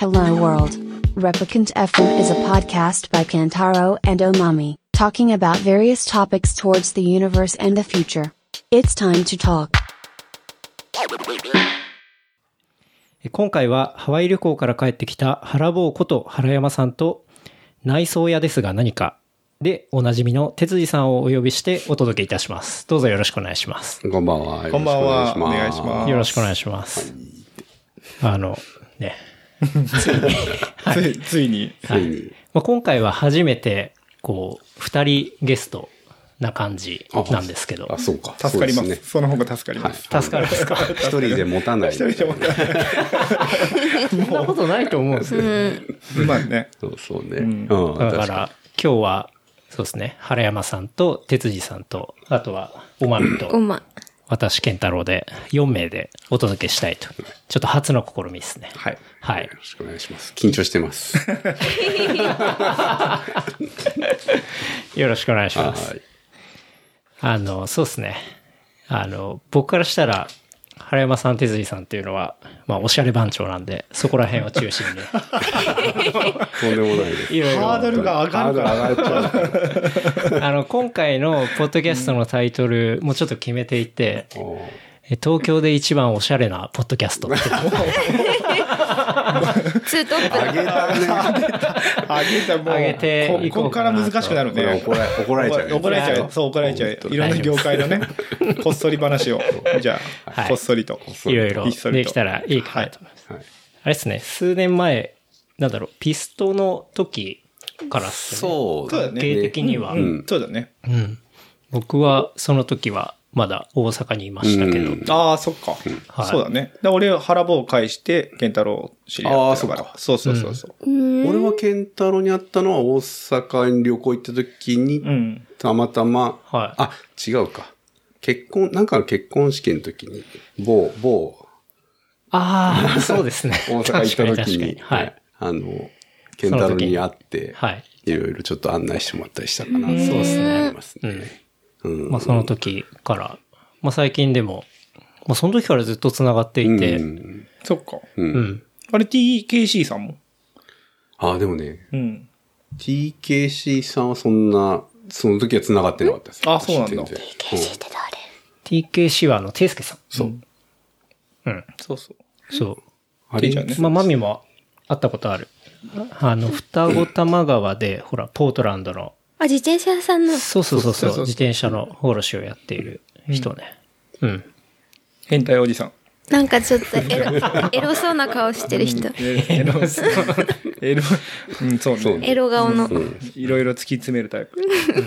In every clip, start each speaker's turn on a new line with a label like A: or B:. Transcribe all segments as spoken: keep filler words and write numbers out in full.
A: Hello World. Replicant エフエム is a podcast by Kantaro and Omami, talking about various topics towards the universe and the future. It's time to talk.
B: 今回はハワイ旅行から帰ってきた原坊こと原山さんと内装屋ですが何かでおなじみの哲司さんをお呼びしてお届けいたします。どうぞよろしくお願いします。
C: こんばんは。
D: こんばんは。お願いします。
B: よろしくお願いします。はい、あのねついに、
D: はい、ついに、
B: はい、まあ、今回は初めてこう二人ゲストな感じなんですけど。
C: あ、そうか。
D: 助かります。そ, ね、その方が助かります。
B: はい、助かりますか。
C: 一人で持たない。
D: 一人で持たない。
B: そんなことないと思うんですけど、ね。
D: まあね。
C: そうそうね。
D: うん、
B: だから今日はそうですね、原山さんと哲司さんと、あとはおまみと、私健太郎でよん名でお届けしたいと。ちょっと初の試みですね。
D: はい。
B: はい。
C: よろしくお願いします。緊張してます。
B: よろしくお願いします。はい、あの、そうですね。あの、僕からしたら、原山さん、哲司さんっていうのは、まあ、おしゃれ番長なんで、そこら辺を中心に。
C: とんでもないです。
D: いろいろハードルが上がるから。
C: 上がっちゃう。
B: あの、今回のポッドキャストのタイトルもちょっと決めていて、東京で一番おしゃれなポッドキャストって。ツ
E: ートップ。
C: あげたね。
D: あげた、もう。
B: あげて
D: ここから難しくなるね。
C: 怒ら怒られちゃう。
D: 怒られちゃう。そう、怒られちゃう。いろんな業界のね、こっそり話を、じゃあ、はい、こっそりと。
B: いろいろできたらいいかなと思います。はいはい、あれですね、数年前、なんだろう、ピストの時からっすね。
C: そうだね。
B: 経的には、
D: うんうん。そうだね。
B: うん。僕はその時は、まだ大阪にいましたけど。うん、
D: ああ、そっか、うんはい。そうだね。で俺、原坊を介して、健太郎知り合ったから。ああ、そうそうそうそう、
C: うん。俺は健太郎に会ったのは大阪に旅行行った時に、うん、たまたま、はい、あ、違うか。結婚、なんかの結婚式の時に、某、某。
B: ああ、そうですね。
C: 大阪行った時に、
B: にはい。
C: あの、健太郎に会って、はい。いろいろちょっと案内してもらったりしたかな。そう
B: ですね。
C: ありますね。うん
B: うん、まあその時から、まあ最近でも、まあその時からずっと繋がっていて、うん、
D: そっか。
B: うん。
D: あれ ティーケーシー さんも
C: ああ、でもね、
D: うん、
C: ティーケーシー さんはそんな、その時は繋がってなかったです。
D: あ、そうなんだ。ティ
E: ーケーシー って誰？
B: ティーケーシー はあの、ていすけさん。
C: そう。
B: うん。
D: そうそう。
B: そう。
D: あれじゃね。
B: まあマミも会ったことある。あの、双子玉川で、ほら、ポートランドの、
E: あ、自転車屋さんの。
B: そうそうそうそう、自転車の卸をやっている人ね。うん。うん、
D: 変態おじさん。
E: なんかちょっとエロ、エロそうな顔してる人。
D: エロそう。エロ、うん、そうね。
E: エロ顔の。
D: いろいろ突き詰めるタイプ。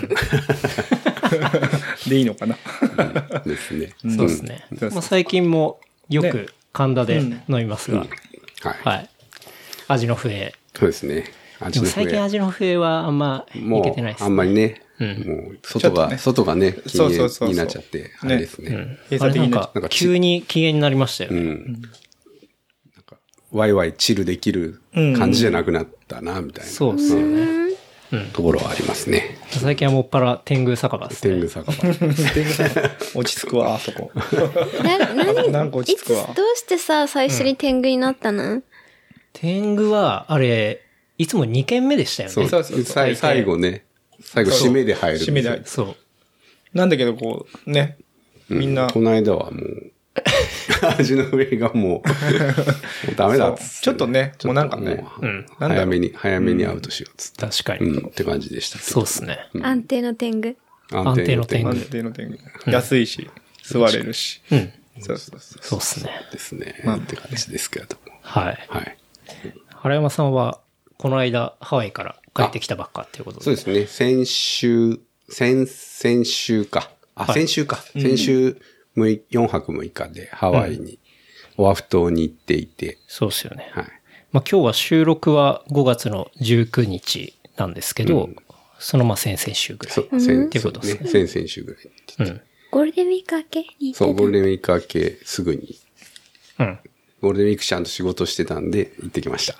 D: でいいのかな。
C: ですね。
B: そうですね。まあ、最近もよく神田で飲みますが、はい。味の笛。
C: そうですね。
B: でも最近味の笛はあんまいけてないですね。
C: あんまりね。
B: うん、
C: もう外が、ね、外がね、禁煙になっちゃって、あれですね。
B: ねうん、あれなんか急に禁煙になりましたよね。うん、
C: なんかワイワイチルできる感じじゃなくなったな、みたいな。
B: そうですよね。
C: うん、ところはありますね。
B: 最近はもっぱら天狗酒場ですね。
C: 天狗酒場。天狗
D: 酒場。落ち着くわ、あそこ。
E: な、何
D: なんか落ち着くわ。
E: どうしてさ、最初に天狗になったの、うん、
B: 天狗は、あれ、いつもにけんめでしたよね。
C: そうそうそう。最後ね。最後、締めで入る。
D: 締めで入る。
B: そう。
D: なんだけど、こう、ね。みんな。
C: うん、この間はもう、味の上がもう、もうダメだっつって、ね。
D: ちょっとね、もうなんかね、
B: うん、
C: 早めに、早めにアウトしようっつって。
B: 確かに。
C: うん、って感じでしたけど。
B: そうですね、
E: うん。安定の天狗。
B: 安定の天狗。
D: 安定の天狗。安いし、座れるし。
B: うん。
D: そうそうそう。
B: そうですね。
C: ですね。まあ、って感じですけれども。
B: はい。
C: はい。
B: 原山さんは、この間、ハワイから帰ってきたばっかっていうことで。
C: そうですね。先週、先、先週か。あ、はい、先週か。先週、よんはくむいかでハワイに、オアフ島に行っていて。
B: そうですよね。
C: はい。
B: まあ今日は収録はごがつのじゅうくにちなんですけど、うん、そのまあ先々週ぐらい。そう、っていうことですね。
C: 先々週ぐらい。
E: うん。ゴールデンウィーク明けに。
C: そう、ゴールデンウィーク明けすぐに。
B: うん。
C: ゴールデンウィークちゃんと仕事してたんで行ってきました。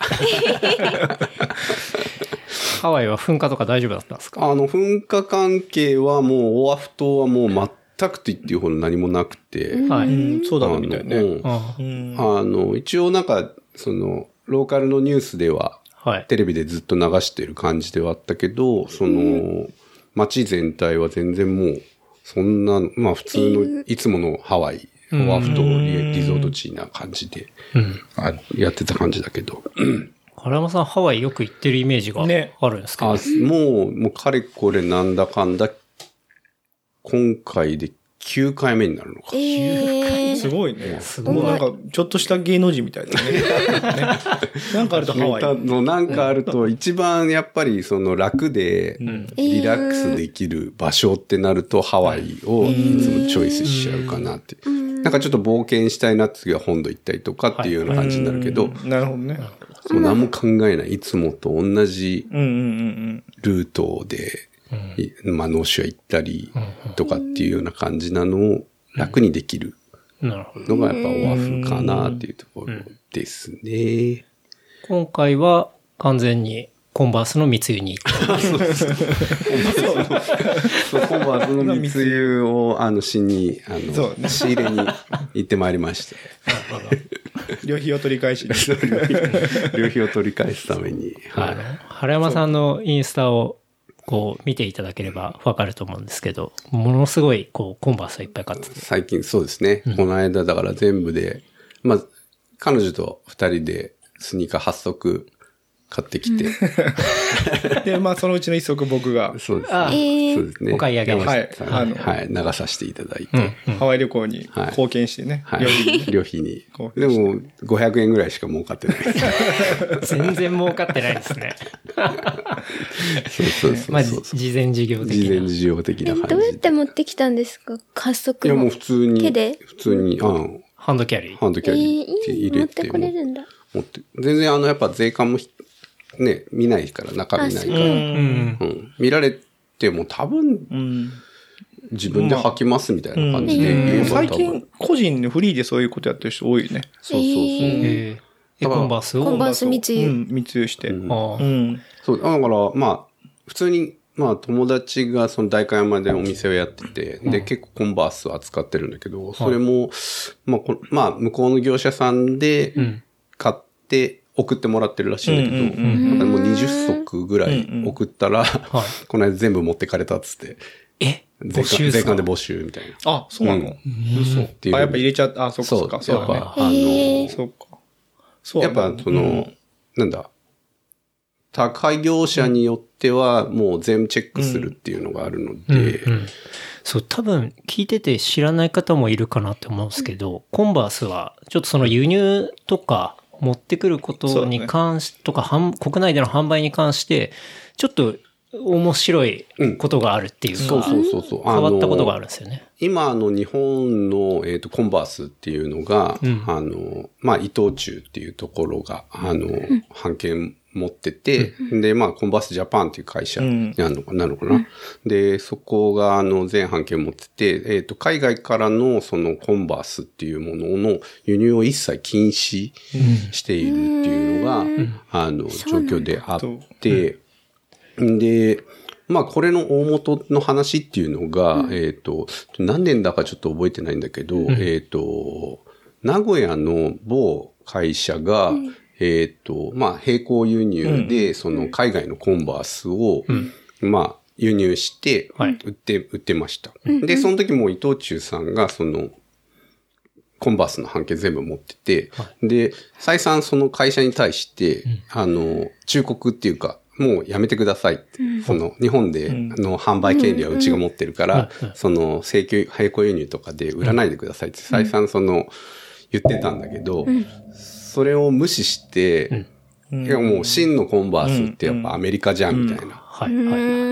B: ハワイは噴火とか大丈夫だったんですか？
C: あの、噴火関係はもう、オアフ島はもう全くと言っていうほど何もなくて。
B: はい。
D: うん、そうだったみたいね。
C: あの、一応なんか、その、 ローカルのニュースでは、
B: はい、
C: テレビでずっと流してる感じではあったけど、その、街全体は全然もう、そんな、まあ普通の、いつものハワイ、オアフ島リゾート地な感じで、やってた感じだけど。
B: 原山さん、ハワイよく行ってるイメージがあるんですけど、ね、
C: あ、もう、もうかれこれなんだかんだ、今回できゅうかいめになるのか。
E: えー、
D: すごいね。すごい。なんか、ちょっとした芸能人みたいだね。ねなんかあるとハワイ。
C: のなんかあると、一番やっぱりその楽で、リラックスできる場所ってなると、ハワイをいつもチョイスしちゃうかなって。なんかちょっと冒険したいなって次は本土行ったりとかっていうような感じになるけど、
D: なるほどね。
C: もう何も考えない。いつもと同じルートで、まあ、ノーシュア行ったりとかっていうような感じなのを楽にできるのがやっぱオアフかなっていうところですね。
B: 今回は完全にコンバースの密輸に行った。そうです
C: そう。コンバースの密輸を、あの、しに、あの、ね、仕入れに行ってまいりました。
D: 旅費を取り返しに。
C: 旅費を取り返すために。
B: はい。原山さんのインスタを、こう見ていただければわかると思うんですけど、ものすごいこうコンバースをいっぱい買ってて。
C: 最近そうですね。うん、この間だから全部で、まあ、彼女と二人でスニーカーはっそく買ってきて。
D: で、まあそのうちの一足僕が。
C: そうです
B: ね。あー、
C: そうですね。
B: お買い上げ
C: ました。はい。はい。流させていただいて。
D: うんうん、ハワイ旅行に貢献してね。
C: はい。旅費に。でも、ごひゃくえんぐらいしか儲かってない。
B: 全然儲かってないですね。
C: そうそうそう。
B: まあ、事前事業的な。
C: 事前事業的な感じ。
E: どうやって持ってきたんですか？加速
C: いやもう普通に。
E: 手で？
C: 普通に、うん。
B: ハンドキャリー。
C: ハンドキャリーって入れて。
E: 持ってこれるんだ。
C: 持って。全然あの、やっぱ税関もね、見ないから、中見ないから。うん。見られても多分、うん、自分で履きますみたいな感じで、
D: うんうん。最近、個人でフリーでそういうことやってる人多いよね。
C: そうそうそう。
B: えー、コンバースを
E: コンバース密輸。
D: うん、密輸して。うん。
C: うん、そう、だから、まあ、普通に、まあ友達がその代官山でお店をやってて、うん、で結構コンバースを扱ってるんだけど、それも、まあ、まあ向こうの業者さんで買って送ってもらってるらしいんだけど、うんうんうん、だからもうにじゅっそくぐらい送ったら、うんうんはい、この間全部持ってかれたっつって。
B: え
C: 税関税関で募集みたいな。
D: あ、そうなの、うん、嘘っていう。あ、やっぱ入れちゃった。あ、そっかそっか。
C: そう、やっぱ、ね、あの、
D: そうか。
C: そうやっぱその、うん、なんだ、宅配業者によってはもう全部チェックするっていうのがあるので、うんうんうん、
B: そう多分聞いてて知らない方もいるかなって思うんですけど、コンバースはちょっとその輸入とか持ってくることに関し、ね、とか国内での販売に関してちょっと面白いことがあるっていうか、うん、そうそうそう変わったことがあるんですよね。
C: 今あの日本の、えーと、コンバースっていうのが、うん、あのまあ伊藤忠っていうところがあの、うん、版権持ってて、うん、で、まあ、コンバースジャパンっていう会社になるのかな、うん、なのかな。で、そこが、あの、全版権持ってて、えっと、海外からの、その、コンバースっていうものの輸入を一切禁止しているっていうのが、うん、あの、状況であって、うん、で、まあ、これの大元の話っていうのが、うん、えっと、何年だかちょっと覚えてないんだけど、うん、えっと、名古屋の某会社が、うんえっと、まあ、並行輸入で、その海外のコンバースを、まあ、輸入して、売って、売ってました。で、その時も伊藤忠さんが、その、コンバースの版権全部持ってて、で、再三その会社に対して、あの、忠告っていうか、もうやめてくださいって。その、日本での販売権利はうちが持ってるから、その、請求、並行輸入とかで売らないでくださいって、再三その、言ってたんだけど、それを無視して、うん、いやもう真のコンバースってやっぱアメリカじゃんみたいな。はいはい。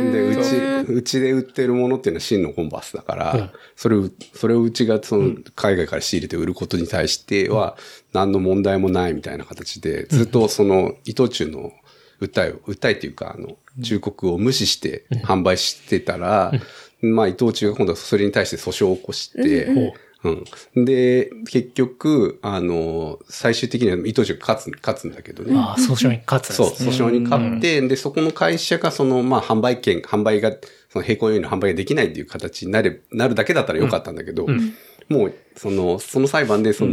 C: で、うち、うちで売ってるものっていうのは真のコンバースだから、うん、それを、それをうちがその海外から仕入れて売ることに対しては何の問題もないみたいな形で、ずっとその伊藤忠の訴えを、訴えっていうかあの、忠告を無視して販売してたら、うん、まあ伊藤忠が今度はそれに対して訴訟を起こして、うんうん。で、結局、あの、最終的には伊藤忠が勝つ、勝つんだけどね。
B: ああ、訴訟に勝つん
C: ですね。そう、訴訟に勝って、で、そこの会社がその、まあ、販売権、販売が、その並行輸入の販売ができないっていう形になる、なるだけだったらよかったんだけど、うんうん、もう、その、その裁判でその、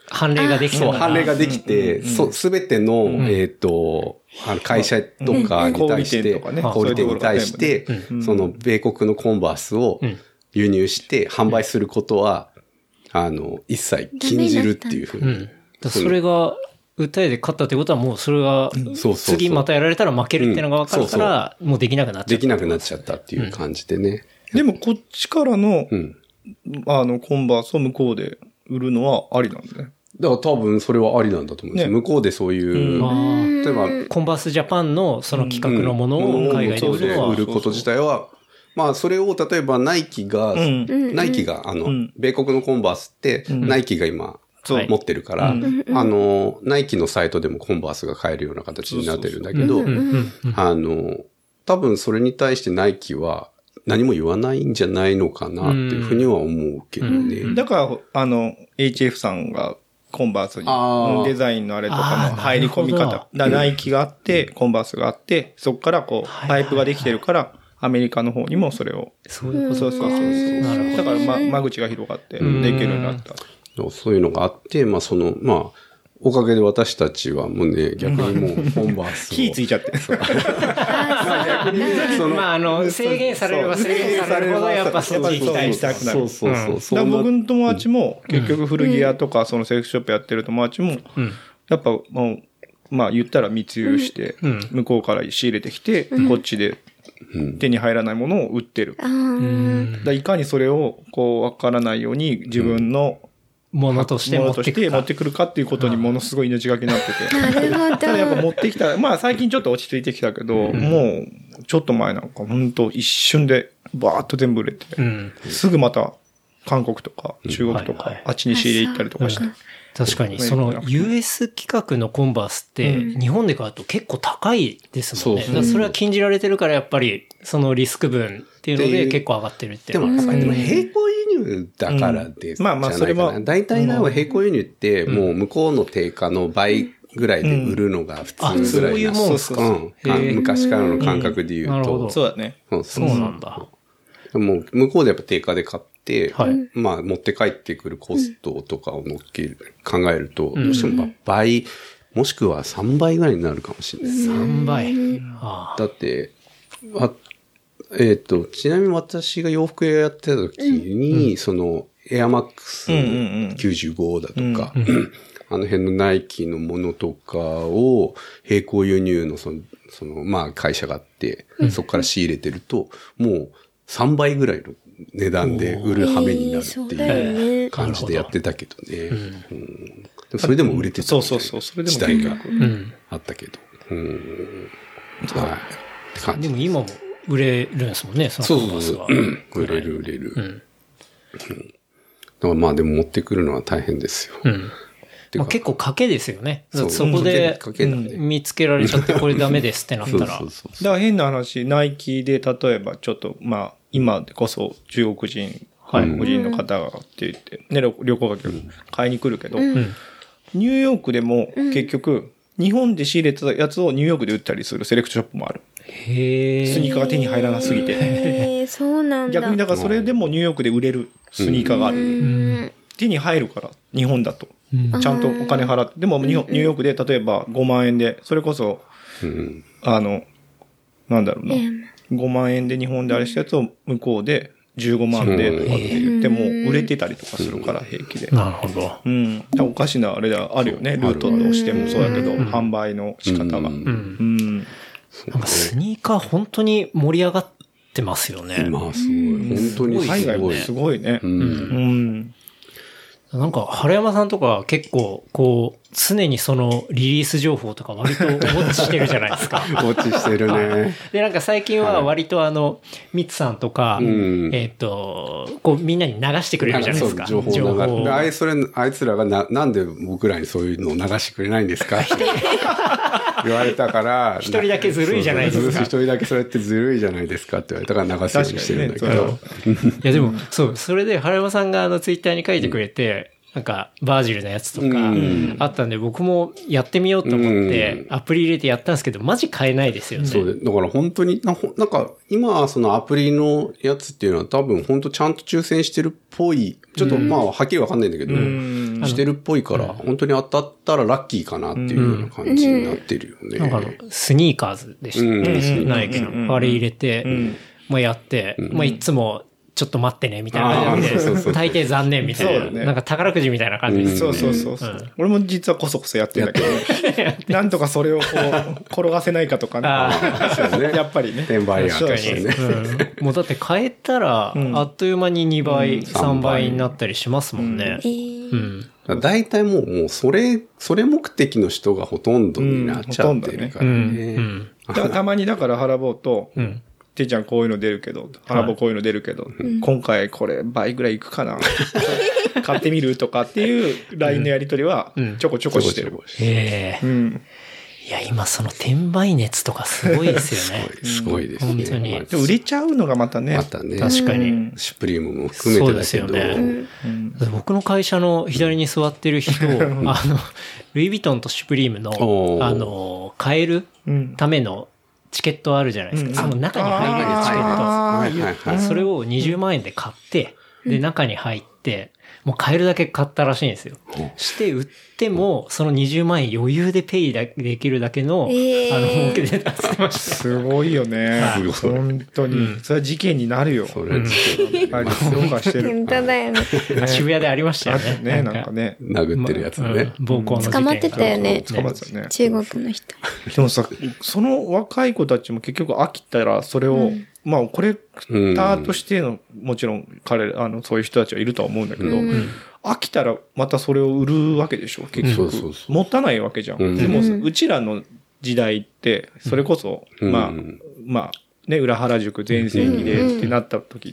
B: 判例ができて
C: そう、判例ができて、そう、すべての、えっと、あの会社とかに対して、小売店に対して、その、米国のコンバースを輸入して販売することは、あの、一切禁じるっていうふうに。
B: それが、訴えで勝ったってことはもうそれが、次またやられたら負けるっていうのが分かるから、もうできなくなっちゃった。
C: できなくなっちゃったっていう感じでね。
D: でもこっちからの、あの、コンバースを向こうで売るのはありなんだね。
C: だから多分それはありなんだと思うんですよ。向こうでそういう、
B: 例えば、コンバースジャパンのその企画のものを海外で売るのは、
C: 売ること自体は、まあ、それを、例えば、ナイキが、うん、ナイキが、あの、うん、米国のコンバースって、うん、ナイキが今、持ってるから、うん、あの、ナイキのサイトでもコンバースが買えるような形になってるんだけど、あの、多分それに対してナイキは何も言わないんじゃないのかなっていうふうには思うけどね。
D: うん、だから、あの、エイチエフ さんが、コンバースに、デザインのあれとかの入り込み方。だナイキがあって、コンバースがあって、そこからこう、パイプができてるから、アメリカの方にもそれを。
B: そういうこと
D: そうそうそう。なるほど。だから、ま、間口が広がって、できるようになった。
C: そういうのがあって、まあその、まあ、おかげで私たちはもうね、逆にもう、コンバースを。
D: 火ついちゃって。
B: まあ逆に、その、まああの、制限されれば制限されるほど、やっぱそっち行きたいしたくなる。
C: そうそうそうそう。
D: だ僕の友達も、結局古着屋とか、そのセレクトショップやってる友達も、やっぱもう、まあ言ったら密輸して、向こうから仕入れてきて、こっちで、手に入らないものを売ってる。だいかにそれを、こう、わからないように自分の、
B: ものとして持ってくる
D: 持ってくるかっていうことにものすごい命がけになってて。なるほど。ただやっぱ持ってきた、まあ最近ちょっと落ち着いてきたけど、うん、もうちょっと前なんか本当一瞬でバーッと全部売れて、うん、すぐまた韓国とか中国とかあっちに仕入れ行ったりとかして。うん
B: 確かに、その ユーエス 規格のコンバースって、日本で買うと結構高いですもんね。うん、だからそれは禁じられてるから、やっぱり、そのリスク分っていうので結構上がってるっていうのは。
C: でも、でも並行輸入だからです、うん。まあまあ、それは。大体な、並行輸入って、もう向こうの定価の倍ぐらいで売るのが普通ぐらいな、うん、
B: そういうもんですか、
C: うん、昔からの感覚で言うと。うん、なるほど。
D: そうだね。
B: そうそうなんだ。
C: もう向こうでやっぱ定価で買って、はい、まあ持って帰ってくるコストとかを乗っける、考えると、どうしても倍、もしくはさんばいぐらいになるかもしれない。
B: さんばい。
C: だって、あえっと、ちなみに私が洋服屋やってた時に、うん、その、エアマックスきゅうじゅうごだとか、うんうん、あの辺のナイキのものとかを並行輸入のその、その、まあ会社があって、そこから仕入れてると、もうさんばいぐらいの値段で売る羽目になるっていう感じでやってたけどね。うん、それでも売れてた。
D: そうそうそう。それでも
C: 時代があったけど。うん。
B: はい。でも今も売れるんですもんね、その
C: そうそうそう。売れる売れる。うん。だからまあでも持ってくるのは大変ですよ。うん
B: まあ、結構賭けですよね。そ, そこで見つけられちゃってこれダメですってなったら。そうそうそう
D: だから変な話、ナイキで例えばちょっとまあ今でこそ中国人、韓国人の方がって言って、ね、旅行客買いに来るけど、うん、ニューヨークでも結局日本で仕入れたやつをニューヨークで売ったりするセレクトショップもある。
B: へー。
D: スニーカーが手に入らなすぎて。
E: へー、そうなんだ。
D: 逆にだからそれでもニューヨークで売れるスニーカーがある。うん、手に入るから、日本だと。ちゃんとお金払って、でもニューヨークで例えばごまんえんで、それこそ、うん、あの、なんだろうな、ごまんえんで日本であれしたやつを向こうでじゅうごまんでとかって言っても売れてたりとかするから平気で。
B: なるほど。
D: うん。おかしなあれであるよね。ルートとしてもそうだけど、販売の仕方が。うん。うん。
B: なんかスニーカー本当に盛り上がってますよね。
C: まあすごい。本当にすごい。
D: 海外もすごいね。うん。うん
B: なんか、原山さんとか結構、こう、常にそのリリース情報とか割とウォッチしてるじゃないですか。
C: ウォッチしてるね。
B: で、なんか最近は割とあの、ミツさんとか、はい、えっと、こうみんなに流してくれるじゃないですか。
C: そう、情報を流あいそれ、あいつらがな、なんで僕らにそういうのを流してくれないんですかって言われたから、
B: 一人だけずるいじゃないですか。
C: 一人だけそれってずるいじゃないですかって言われたから流すようにしてるんだけど。ね、
B: いやでも、そう、それで原山さんがあのツイッターに書いてくれて、なんか、バージルのやつとか、あったんで、僕もやってみようと思って、アプリ入れてやったんですけど、マジ買えないですよね。
C: そうで、だから本当に、ななんか、今、そのアプリのやつっていうのは多分本当ちゃんと抽選してるっぽい、ちょっとまあ、はっきりわかんないんだけど、 してるっぽいから、本当に当たったらラッキーかなっていうような感じになってるよね。
B: なんかあの、スニーカーズでしたね。ナイキの。あれ入れて、まあやって、まあいつも、ちょっと待ってね、みたいな感じで、大抵残念みたいな。ね、なんか宝くじみたいな感じですね。
D: そうそうそうそう、うん。俺も実はこそこそやってんだけど、なんとかそれをこう、転がせないかとかね。やっぱりね。
C: 転売ヤーとしてね、
B: うん。もうだって変えたら、あっという間ににばい、うん、さんばいになったりしますもんね。
C: 大体もう、もうそれ、それ目的の人がほとんどになっちゃってるからね。
D: たまにだから腹棒と、うんていちゃんこういうの出るけど、腹棒こういうの出るけど、はい、今回これ倍ぐらいいくかな買ってみるとかっていう ライン のやり取りはちょこちょこしてる。
B: へえ。うん。いや、今その転売熱とかすごいですよね。
C: すごいですね。
B: 本当に。
D: で売れちゃうのがまたね。
C: またね。
B: 確かに。
C: シュプリームも含めてだけど。そうですよね。
B: うん、僕の会社の左に座ってる人、あの、ルイ・ヴィトンとシュプリームの、あの、買えるための、チケットあるじゃないですか。その中に入れるチケット。それをにじゅうまんえんで買って、で、中に入って、もう買えるだけ買ったらしいんですよ。して売っても、そのにじゅうまんえん余裕でペイできるだけの、あの、儲けで出してました。
D: すごいよね。本当に。それは事件になるよ。それは事件。あれ、そうかしてる。
E: 本当だよね。
B: 渋谷でありましたよね。
D: ね、なんかね。
C: 殴ってるやつね。
B: 暴行の事件。
E: 捕まってたよね。
D: 捕まってたね。
E: 中国の人。
D: でもさ、その若い子たちも結局飽きたら、それを、まあ、コレクターとしての、もちろん彼、あの、そういう人たちはいるとは思うんだけど、飽きたらまたそれを売るわけでしょ、結局。持たないわけじゃん。でも、うちらの時代って、それこそ、まあ、まあ、ね、裏原宿全盛期でってなった時って、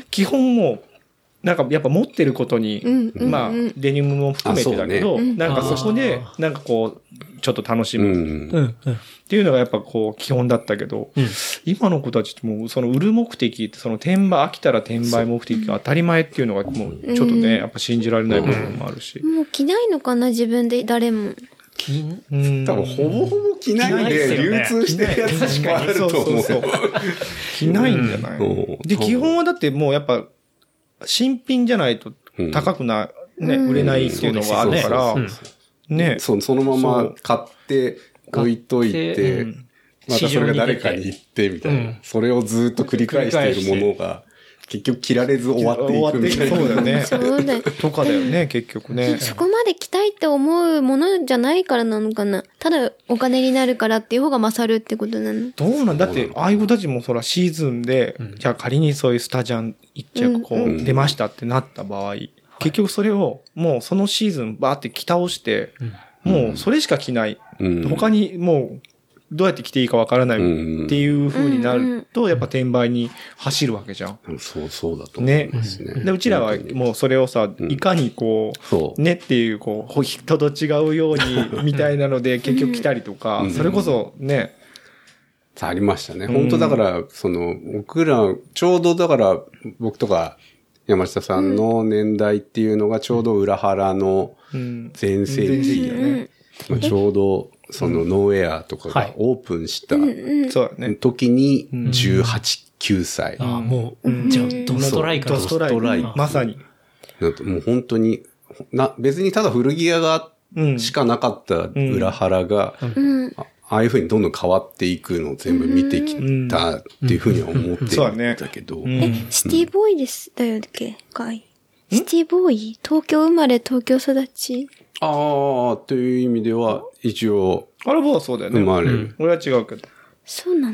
D: 基本もう、なんかやっぱ持ってることに、まあ、デニムも含めてだけど、なんかそこで、なんかこう、ちょっと楽しむ。っていうのがやっぱこう基本だったけど、今の子たちってもうその売る目的、その転売、飽きたら転売目的が当たり前っていうのがもうちょっとね、やっぱ信じられない部分もあるし。
E: もう着ないのかな、自分で誰も。
C: 着ん多分ほぼほぼ着ないで流通してるやつしかあると思う。
D: 着ないんじゃない、で、基本はだってもうやっぱ、新品じゃないと高くな、うん、ね、売れないっていうのがあるから、ね、
C: ねそ、そのまま買って置いといて、またそれが誰かに行ってみたいな、うん、それをずっと繰り返しているものが、結局着られず終わっていくみたいな。
D: そうだよね。そうだよ。とかだよね、結局ね。
E: そこまで着たいって思うものじゃないからなのかな。ただお金になるからっていう方が勝るってことなの。
D: どうなんだって、ああいう子たちもそらシーズンで、うん、じゃあ仮にそういうスタジャン一着こう出ましたってなった場合、うん、結局それをもうそのシーズンバーって着倒して、うん、もうそれしか着ない。うん、他にもう、どうやって着ていいかわからないっていう風になると、やっぱ転売に走るわけじゃん。
C: うん、そう、そうだと思いますね。
D: ね。で、うちらはもうそれをさ、いかにこう、ねっていう、こう、人と違うように、みたいなので結局来たりとか、それこそね。
C: ありましたね。本当だから、その、僕ら、ちょうどだから、僕とか、山下さんの年代っていうのがちょうど裏腹の全盛期。ちょうど、そのノーウェアとかがオープンした時にじゅうはち、きゅうさい。
B: ああ、もう、じゃあドストライカー。
D: ドストライカー。まさに。
C: もう本当に、な、別にただ古着屋が、しかなかった裏腹が、ああいう風にどんどん変わっていくのを全部見てきたっていう風には思ってるんだけど。
E: え、シティボーイです、だよっけかい。シティボーイ東京生まれ、東京育ち。
C: ああ、という意味では、一応。
D: あれはそうだよね。
C: 生まれる。
D: 俺は違うけど。
E: そうなの？うん。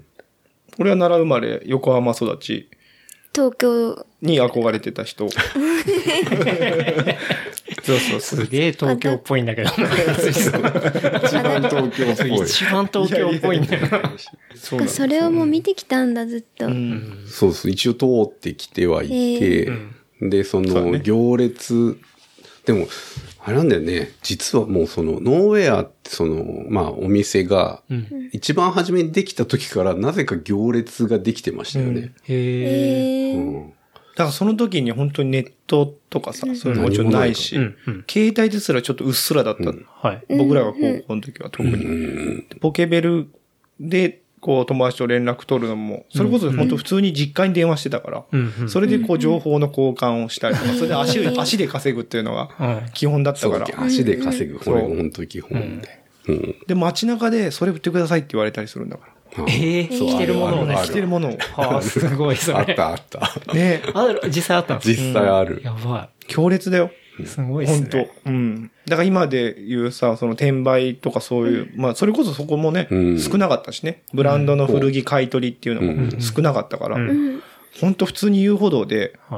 D: 俺は奈良生まれ、横浜育ち。
E: 東京
D: に憧れてた人。そうそう、
B: すげえ東京っぽいんだけど。一
C: 番東京っぽい。
B: 一番東京っぽいんだよ。
E: そ, それをもう見てきたんだ、ずっと。うん、
C: そうそう、一応通ってきてはいて、で、その行列、でも、あれなんだよね。実はもうその、ノーウェアってその、まあお店が、一番初めにできた時からなぜか行列ができてましたよね。うん、
D: へー。うん、だからその時に本当にネットとかさ、そういうのもちろんないし、うんうん、携帯ですらちょっとうっすらだった。うん、はい。僕らが高校の時は特に。うん、ポケベルで、 こう友達と連絡取るのも、それこそ本当普通に実家に電話してたから、うんうん、それでこう情報の交換をしたりとか、それで足で、足で稼ぐっていうのが基本だったから。
C: そう、足で稼ぐ。これが本当に基本で。
D: うんうん、で、街中でそれ売ってくださいって言われたりするんだから。
B: ええー、着てるものをね。
D: 着てるものを。
B: はあ、すごいそれ。
C: あったあった。
D: ね
B: ある、実際あったんですか？
C: 実際ある。
B: うん、やばい。
D: 強烈だよ。
B: すごいっすね。
D: 本当。うん。だから今で言うさ、その転売とかそういう、うん、まあそれこそそこもね、うん、少なかったしね。ブランドの古着買い取りっていうのも少なかったから、うん、本当普通に遊歩道で、はい 、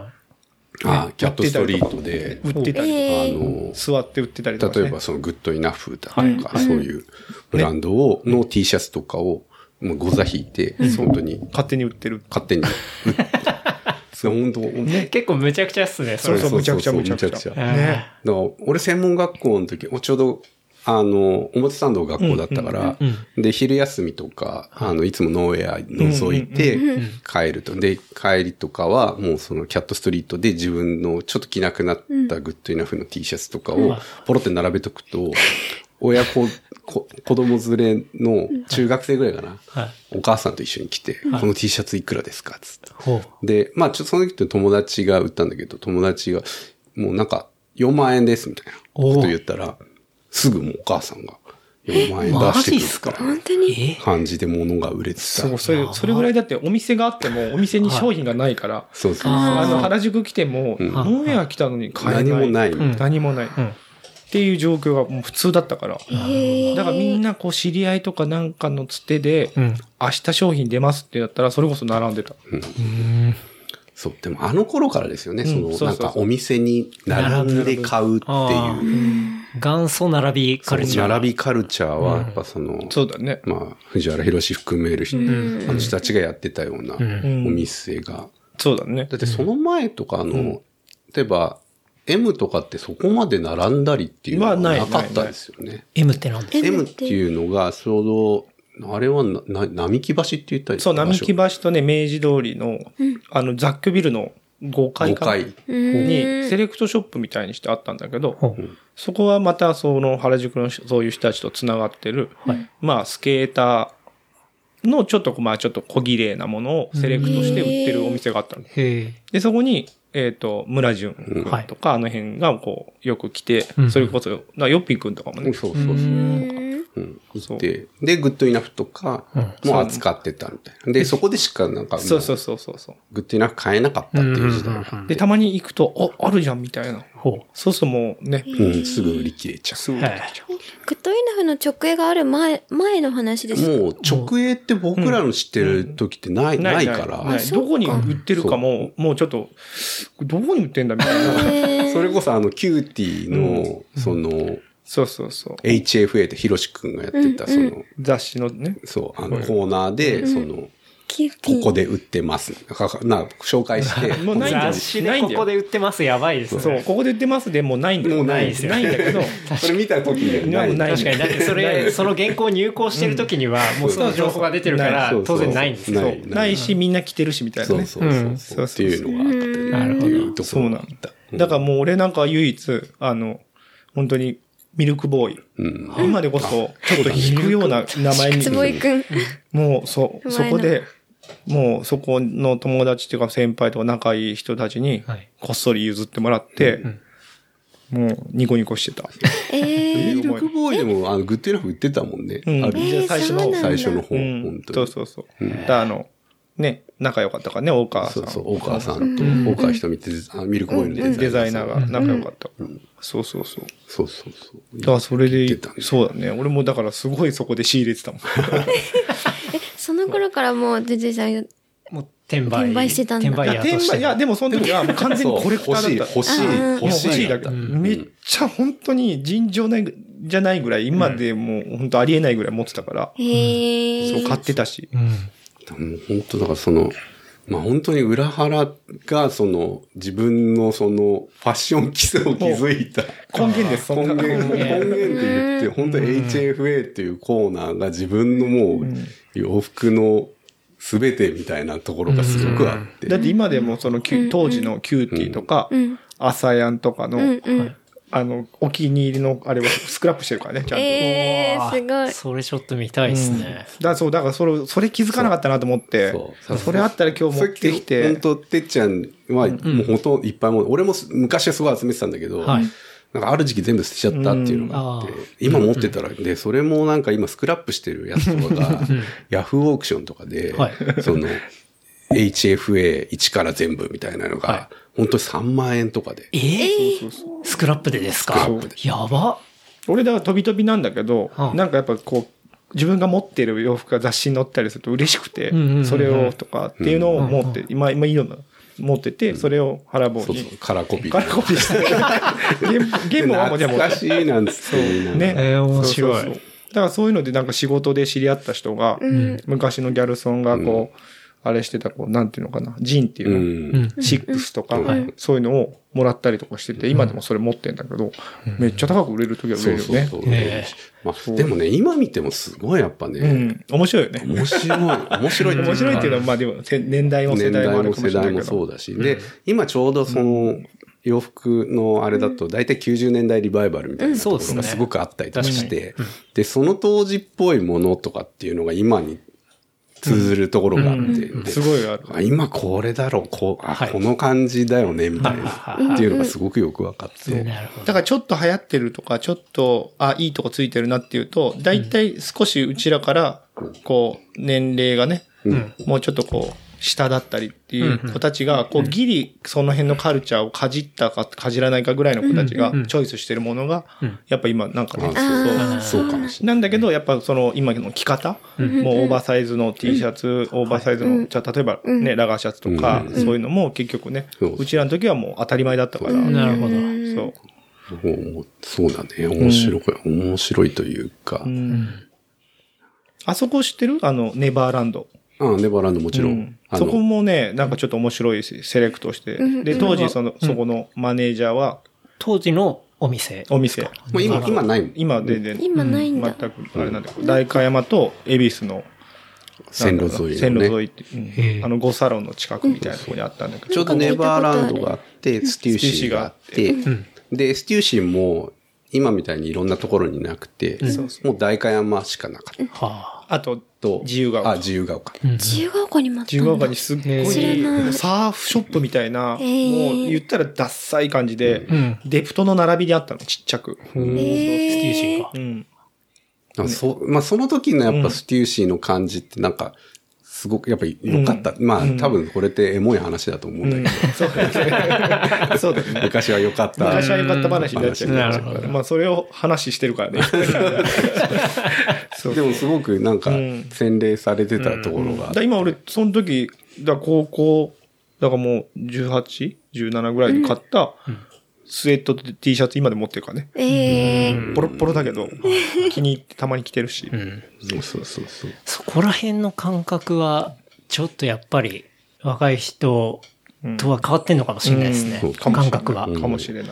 C: ああ、キャットストリートで
D: 売ってたりとか、あの、座って売ってたりとか、
C: ね。例えばそのグッドイナフだとか、はい、そういうブランドを、ね、の T シャツとかを、もうゴザ引いて、うん、本当に。
D: 勝手に売ってる。
C: 勝手に売って。本当、
B: ね、結構むちゃくちゃっすね。
D: そうそう、むちゃくちゃむちゃくちゃ。ね。
C: だから、俺専門学校の時、ちょうど、あの、表参道学校だったから、で、昼休みとか、あの、いつもノーウェア覗いて帰ると。で、帰りとかは、もうそのキャットストリートで自分のちょっと着なくなったグッドイナフの T シャツとかをポロって並べとくと、親子、子供連れの中学生ぐらいかな、はい、お母さんと一緒に来て、はい、この T シャツいくらですかつって。で、まあちょっとその時って友達が売ったんだけど、友達がもうなんかよんまん円ですみたいなこと言ったら、すぐもうお母さんがよんまん円出してくるから、感じで物が売れてた。
D: そう、それ、それぐらいだってお店があっても、お店に商品がないから、
C: そうそう。
D: あの、原宿来ても、ノーウェア来たのに買えない。
C: 何もない。
D: 何もない。っていう状況がもう普通だったから。だからみんなこう知り合いとかなんかのつてで、うん、明日商品出ますってなったらそれこそ並んでた。うん、
C: そう。でもあの頃からですよね。うん、そのそうそうそうなんかお店に並んで買うっていう。
B: 元祖並びカルチャー。
C: 並びカルチャーはやっぱその、うん、
D: そうだね。
C: まあ藤原宏含める人、うん、あの人たちがやってたようなお店が。うん、
D: そうだね。
C: だってその前とかあの、うん、例えば、M とかってそこまで並んだりっていうのはなかったですよね。
B: M って何ですか？
C: M っていうのが、ちょうど、あれはな、な、並木橋って言ったり
D: そう、並木橋とね、明治通りの、うん、あの、雑居ビルのごかいかな。ごかい。に、セレクトショップみたいにしてあったんだけど、うん、そこはまた、その、原宿のそういう人たちと繋がってる、はい、まあ、スケーターのちょっと、まあ、ちょっと小綺麗なものをセレクトして売ってるお店があったんです。で、そこに、えっ、ー、と、村淳君とか、あの辺がこう、よく来て、うん、それこそ、ヨッピー君とかもね。
C: そうそうそう。うん。行って、で、グッドイナフとかも扱ってたみたいな。で、そこでしかなんか、
D: そうそうそうそう。
C: グッドイナフ買えなかったっていう時代。
D: で、たまに行くと、あ、あるじゃんみたいな。そうするともうね。
C: うん、すぐ売り切れちゃう。すぐ売り切れちゃう。
E: グッドイナフの直営がある前、前の話ですか？
C: もう直営って僕らの知ってる時ってない、ないから。
D: どこに売ってるかも、もうちょっと、どこに売ってんだみたいな。
C: それこそあの、キューティーの、その、
D: そうそうそう。
C: エイチエフエー ってヒロシ君がやってた、その、
D: 雑誌のね。
C: そう、あの、コーナーで、その、ここで売ってます。な、紹介して。
B: もうないんだよ。雑誌でここで売ってます。やばいですね。
D: そう、ここで売ってますでもうないんだよ。
C: もうないですよ。
D: ないんだけど。
C: それ見た時にはない。
B: 確かに。だってそれ、その原稿入稿してる時には、もうその情報が出てるから、当然ないんですよ。
D: ないし、みんな着てるし、みたいなね。
C: そうそうそう。っていうのがあって。
B: なるほど。
D: そうなんだ。だからもう俺なんか唯一、あの、本当に、ミルクボーイ。うん、今でこそ、ちょっと引くような名前に。
E: つぼいくん。
D: もう、そう、そこで、もうそこの友達っていうか先輩とか仲いい人たちに、こっそり譲ってもらって、はい、もうニコニコしてた。
E: えー、
C: ミルクボーイでも、あの、グッドイナフ売ってたもんね。
D: うん、ある。
E: えー、
D: 最初の、
C: 最初の方、うん、
D: 本当に。そうそうそう。うん、だあの、ね、仲良かったからね、大川さん。
C: そうそう、大川さんと、大川ひとみってミルクボーイの
D: デザイナーが仲良かった。うん、そうそうそう。
C: そうそうそう。
D: だからそれで、そうだね。俺もだからすごいそこで仕入れてたもん。
E: え、その頃からもう、全然さん、
B: もう転売。
E: 転売してたんだ。
B: 転売屋として。
D: いや、でもその時はもう完全にコレクターだった。
C: 欲しい、欲しい、
D: 欲しいだけ。めっちゃ本当に尋常ないじゃないぐらい、今でもう本当ありえないぐらい持ってたから。
E: へー。
D: そう、買ってたし。
C: うん。もう本当だからその、まあ本当に裏腹がその自分のそのファッション基礎を築いた
D: 根源です。
C: 根源、根源って言って本当に エイチエフエー っていうコーナーが自分のもう洋服のすべてみたいなところがすごくあって。
D: だって今でもその当時のキューティーとか、アサヤンとかの、 あの、お気に入りのあれはスクラップしてるからね、ちゃんと。
E: えー、すごい。
B: それちょっと見たいですね。うん、だ
D: からそう、だからそれ、それ気づかなかったなと思って、そう。それあったら今日持ってきて。
C: 本当てっちゃんは、もう本当いっぱいも、俺も昔はすごい集めてたんだけど、はい、なんかある時期全部捨てちゃったっていうのがあって、うん、今持ってたら、で、それもなんか今スクラップしてるやつとかが、ヤフーオークションとかで、はい、その、エイチエフエーいち から全部みたいなのが、はい、本当にさんまんえんとかで。
B: えー、そうそうそうスクラップでですか？やば。
D: 俺だから飛び飛びなんだけど、はあ、なんかやっぱこう、自分が持ってる洋服が雑誌に載ったりすると嬉しくて、うんうんうん、それをとかっていうのを持って、うん、今、今いいの持ってて、それを腹棒に。そうそう、
C: カラーコピー。
D: カラーコピーして。ゲームはもうでも。
C: 懐かしいなんつって。
D: ね。
B: えー、面白い。
D: そうそうそうだからそういうのでなんか仕事で知り合った人が、うん、昔のギャルソンがこう、うんあれしてた、こう、なんていうのかな、ジンっていうの、うん、シックスとか、うん、そういうのをもらったりとかしてて、今でもそれ持ってんだけど、うん、めっちゃ高く売れるときは売れるよね。そうそうそう
C: えーまあ、でもね、今見てもすごいやっぱね。うん、
D: 面白いよね。
C: 面白い。面白い。
D: 面白いっていうのは、まあでも、年代も世代もあるかもしれないけど。年代も世代も
C: そうだし。で、今ちょうどその、洋服のあれだと、だいたいきゅうじゅうねんだいリバイバルみたいなところがすごくあったりとかして、で、その当時っぽいものとかっていうのが今に、通ずるところがあって、
D: うんうん、すごいある。
C: 今これだろう、こう、あ、はい、この感じだよね、みたいな、っていうのがすごくよく分かって。
D: だからちょっと流行ってるとか、ちょっと、あ、いいとこついてるなっていうと、だいたい少しうちらから、こう、年齢がね、うん、もうちょっとこう、下だったりっていう子たちが、こう、ギリ、その辺のカルチャーをかじったか、かじらないかぐらいの子たちが、チョイスしてるものが、やっぱ今、なんかね、
C: そう、そうかもしれ
D: ない。なんだけど、やっぱその、今の着方、もうオーバーサイズの T シャツ、オーバーサイズの、じゃあ、例えばね、ラガーシャツとか、そういうのも結局ね、うちらの時はもう当たり前だったから。
B: なるほど。
D: そう。
C: そうだね、面白い、面白いというか。
D: あそこ知ってる？あの、ネバーランド。
C: ああ、ネバーランドもちろん。うん、
D: そこもね、なんかちょっと面白いセレクトして。うん、で、当時その、うん、そこのマネージャーは、
B: 当時のお店。
D: お店。
C: もう今、今ないもん。
D: 今全然。
E: 今ないんだ。
D: 全く、あれなんだけど、代官山と恵比寿の、
C: 線路沿い、ね。
D: 線路沿いって、うん、あの、ゴサロンの近くみたいなところにあったんだけど。
C: ちょうどネバーランドがあって、ステューシーがあって、うん、で、ステューシーも、今みたいにいろんなところになくて、うん、もう代官山しかなかった。
D: はあ、あと、自由が丘。
C: あ、自由が丘。
E: 自由が丘にもあったんだ。
D: 自由が丘にすっごい、サーフショップみたいな、もう言ったらダッサい感じで、うん、デプトの並びにあったの、ちっちゃく。
B: ステューシーが。
D: うん。
C: あそまあ、その時のやっぱステューシーの感じってなんか、すごくやっぱり良かった。うん、まあ、うん、多分これってエモい話だと思うんだけど。うん、
D: そうだね。そうだね。
C: 昔は良かった。
D: 昔は良かった話になっちゃうから。まあ、それを話してるからね。
C: でもすごくなんか、洗練されてたところが。
D: だ今俺、その時、だ高校、だからもうじゅうはち、じゅうななぐらいで買った、スウェットと T シャツ今で持ってるからね。
E: ええー。
D: ポロポロだけど、気に入ってたまに着てるし。
C: うん、そうそうそうそう。
B: そこら辺の感覚は、ちょっとやっぱり若い人とは変わってんのかもしれないですね。うん、感覚は。
D: かもしれない。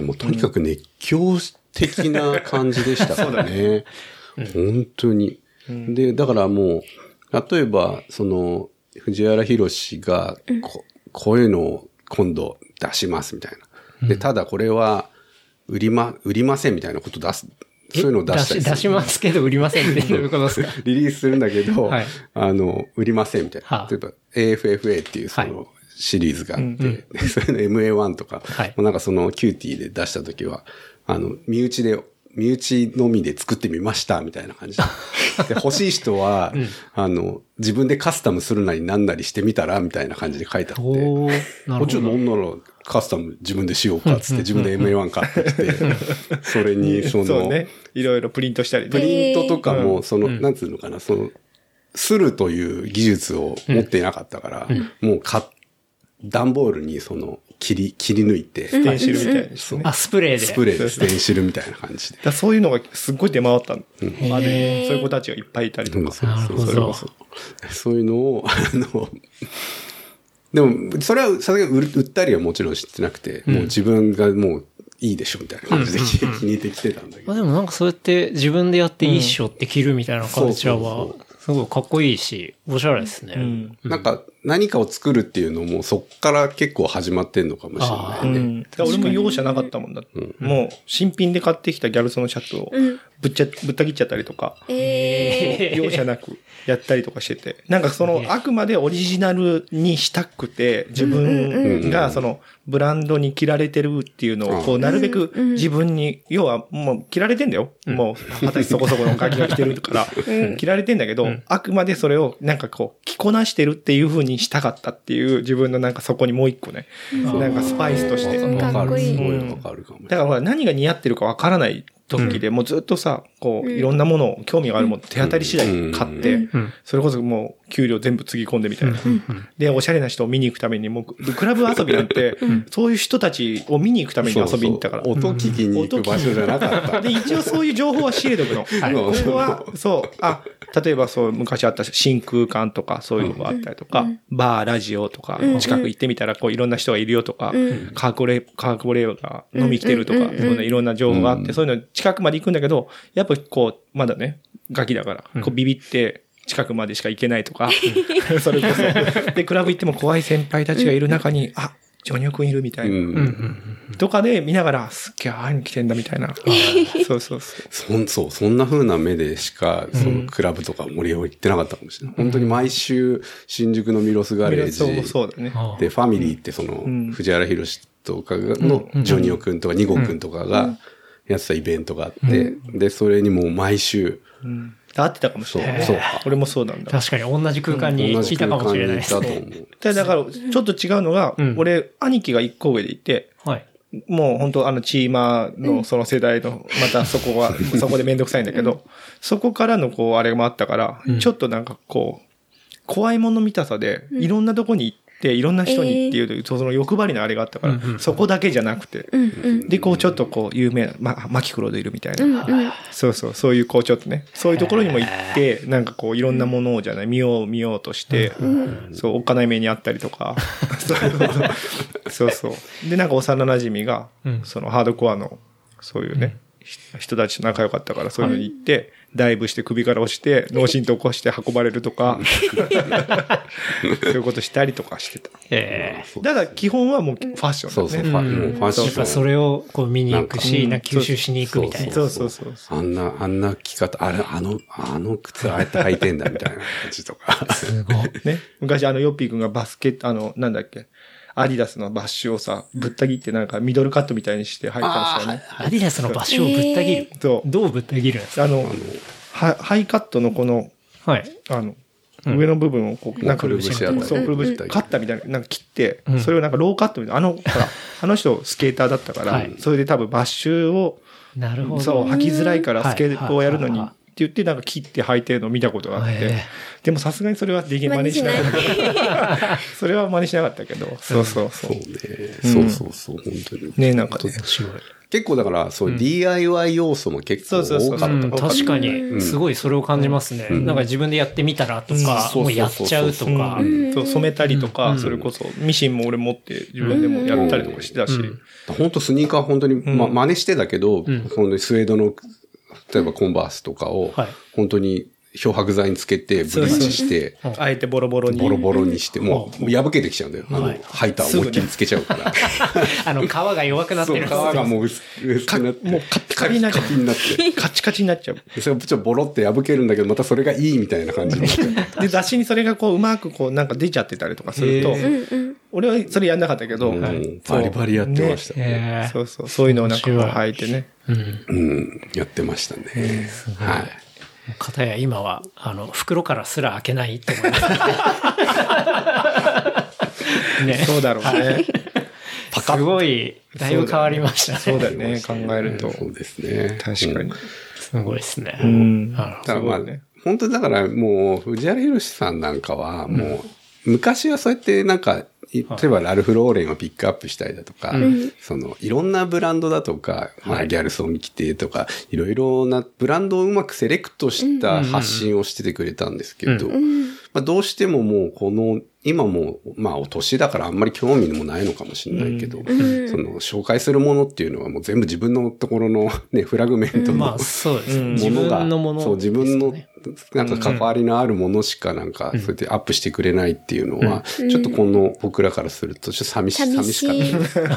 C: もうとにかく熱狂的な感じでしたからね。本当に。で、だからもう、例えば、その、藤原宏がこ、こういうのを今度出しますみたいな。で、ただこれは、売りま、売りませんみたいなこと出す。そういうのを出したりする。
B: 出しますけど売りませんっていうことですか？
C: リリースするんだけど、はい、あの、売りませんみたいな。はあ、例えば エーエフエフエー っていうそのシリーズがあって、はい、それの エムエーワン とか、はい、なんかそのキューティーで出した時は、あの、身内で、身内のみで作ってみましたみたいな感じで。で欲しい人は、うん、あの、自分でカスタムするなりなんなりしてみたらみたいな感じで書いてあって、こっちの女のカスタム自分でしようかっつって自分で エムエーワン 買ってきて、それにその、
D: そうね、いろいろプリントしたり、
C: プリントとかも、その、うん、なんつうのかな、その、するという技術を持っていなかったから、うん、もうか、段ボールにその、切り、切り抜いて。
D: ステンシルみたいにしてね。
B: あ、スプレーで。
C: スプレーでステンシルみたいな感じで。
D: だそういうのがすっごい出回ったの。うん、あれ、そういう子たちがいっぱいいたりとか。うん、
C: そうそうそれこそ。そういうのを、あの、でも、それは、さすがに売ったりはもちろん知ってなくて、うん、もう自分がもういいでしょみたいな感じで気に入ってきてたんだけど。
B: まあでもなんかそうやって自分でやっていいっしょって着るみたいなカルチャーは、すごいかっこいいし、 おしゃれですね。
D: うん。
C: なんか何かを作るっていうのもそっから結構始まってんのかもしれないね。
D: うん。だから俺も容赦なかったもんだって。うん、もう新品で買ってきたギャルソンのシャツをぶっちゃ、ぶった切っちゃったりとか、えー、容赦なくやったりとかしてて。なんかそのあくまでオリジナルにしたくて自分がそのブランドに着られてるっていうのをこうなるべく自分に、要はもう着られてんだよ。もう二十歳そこそこのガキが着てるから、着られてんだけど、あくまでそれをなんかこう着こなしてるっていう風にしたかったっていう自分のなんかそこにもう一個ね、なんかスパイスとして。
E: かっこいい。
C: すごいわかるかも。
D: だからほら何が似合ってるかわからない時で、もうずっとさ、こういろんなものを興味があるもの手当たり次第買って、それこそもう給料全部つぎ込んでみたいな。で、おしゃれな人を見に行くために、もうクラブ遊びなんて、そういう人たちを見に行くために遊びに行ったから。
C: 音聞きに行く場所じゃなかった。
D: で、一応そういう情報は仕入れとくの。ここは、そう、あ、例えばそう、昔あった真空管とかそういうのがあったりとか、バー、ラジオとか、近く行ってみたらこういろんな人がいるよとか、カーコレ、カーコレーが飲み来てるとか、そんないろんな情報があって、そういうの近くまで行くんだけど、やっぱこう、まだね、ガキだから、こうビビって、近くまでしか行けないとか、それこそ。で、クラブ行っても怖い先輩たちがいる中に、あ、ジョニオくんいるみたいな。うん、とかで見ながら、すっげえ会いに来てんだみたいな。そうそうそう。
C: そん、そう、そんな風な目でしか、そのクラブとか森を行ってなかったかもしれない。うん、本当に毎週、新宿のミロスガレージ。
D: そうそうだね。
C: で、ファミリーってその、うん、藤原宏とかのジョニオくんとかニゴくんとかがやってたイベントがあって、うん、で、それにもう毎週、
D: うん合ってたかもしれない。
C: そう。
D: 俺もそうなんだ。
B: 確かに同じ空間にいたかもしれないですね。
D: で、だから、ちょっと違うのが、うん、俺、兄貴が一個上でいて、はい、もう本当あの、チーマーのその世代の、またそこは、そこでめんどくさいんだけど、そこからのこう、あれもあったから、うん、ちょっとなんかこう、怖いもの見たさで、いろんなとこに行って、で、いろんな人にっていう、えー、その欲張りのあれがあったから、うんうん、そこだけじゃなくて、うんうん、で、こうちょっとこう有名な、ま、マキクロでいるみたいな、うんうん、そうそう、そういうこうちょっとね、そういうところにも行って、なんかこういろんなものをじゃない、見よう見ようとして、うん、そう、おっかない目にあったりとか、そうそう。で、なんか幼馴染が、そのハードコアの、そういうね、うん、人たちと仲良かったから、そういうのに行って、はいダイブして首から押して脳震盪起こして運ばれるとかそういうことしたりとかしてた。ええー。だから基本はもうファッションだね。
C: そうそう、うん、もうファッション。
B: やっぱそれをこう見に行くし、な吸収しに行くみたいな。
C: そうそうそうそう。あんなあんな着方あれあのあの靴ああやって履いてんだみたいな感じとか。
B: すごい。
D: ね。昔あのヨッピー君がバスケットあのなんだっけ。アディダスのバッシュをさ、ぶった切ってなんかミドルカットみたいにして履いてましたよね。
B: アディダスのバッシュをぶった切る。そう。どうぶった切るんですか？
D: あの、はハイカットのこの、はい。あの、うん、上の部分をこう、なんか、
C: くるぶしあたり。
D: そう、くるぶし、カッターみたいな、なんか切って、うん、それをなんかローカットみたいな、あの、ほら、あの人スケーターだったから、はい、それで多分バッシュを、
B: なるほど。
D: そう、履きづらいからスケートをやるのに、って言ってなんか切って履いてるのを見たことがあって、でもさすがにそれはでき真似しなかったそれは真似しなかったけど、そうそうそう。
C: そうね。そうそうそう、本当に。
D: ね、なんかね。
C: 結構だから、そう、ディーアイワイ 要素も結構多かった。
B: 確かに、すごいそれを感じますね。なんか自分でやってみたらとか、もうやっちゃうとか。
D: 染めたりとか、それこそ、ミシンも俺持って自分でもやったりとかしてたし。
C: 本当スニーカー本当に、ま、真似してたけど、本当にスウェードの、例えばコンバースとかを、本当に漂白剤につけて、ブリーチして、
D: あえてボロボロに。
C: ボロボロにして、もう破けてきちゃうんだよ。あの、ハイターを思いっきりつけちゃうから。
B: あの、皮が弱くなってる。
C: そう、皮がもう薄くなって。
D: もうカッカリになっちゃう。カチカチになっちゃう。
C: それちょっとボロって破けるんだけど、またそれがいいみたいな感じになっちゃう。
D: で、雑誌にそれがこう、うまくこう、なんか出ちゃってたりとかすると、俺はそれやんなかったけど、
C: バリバリやってましたね。
D: そうそう、そういうのをなんか履いてね。
C: うん、やってましたね。はい。
B: かたや今は、あの、袋からすら開けないって思います。
D: ね。そうだろうね。
B: すごい、だいぶ変わりましたね。
D: そうだよね、考えると。
C: そうですね。
D: 確かに。
B: すごいですね。
C: うん。だからまあ、本当にだからもう、藤原宏さんなんかは、もう、昔はそうやってなんか、例えばラルフ・ローレンをピックアップしたりだとか、うん、そのいろんなブランドだとか、まあ、ギャルソン着てとか、いろいろなブランドをうまくセレクトした発信をしててくれたんですけど、うんうん、まあ、どうしてももうこの今もう、まあお年だからあんまり興味もないのかもしれないけど、うん、その紹介するものっていうのはもう全部自分のところのね、フラグメントの、まあそうですね、ものが、ものそう、自分のなんか関わりのあるものしかなんか、そうやってアップしてくれないっていうのは、うん、ちょっとこの僕らからするとちょっと寂しい、寂しかった。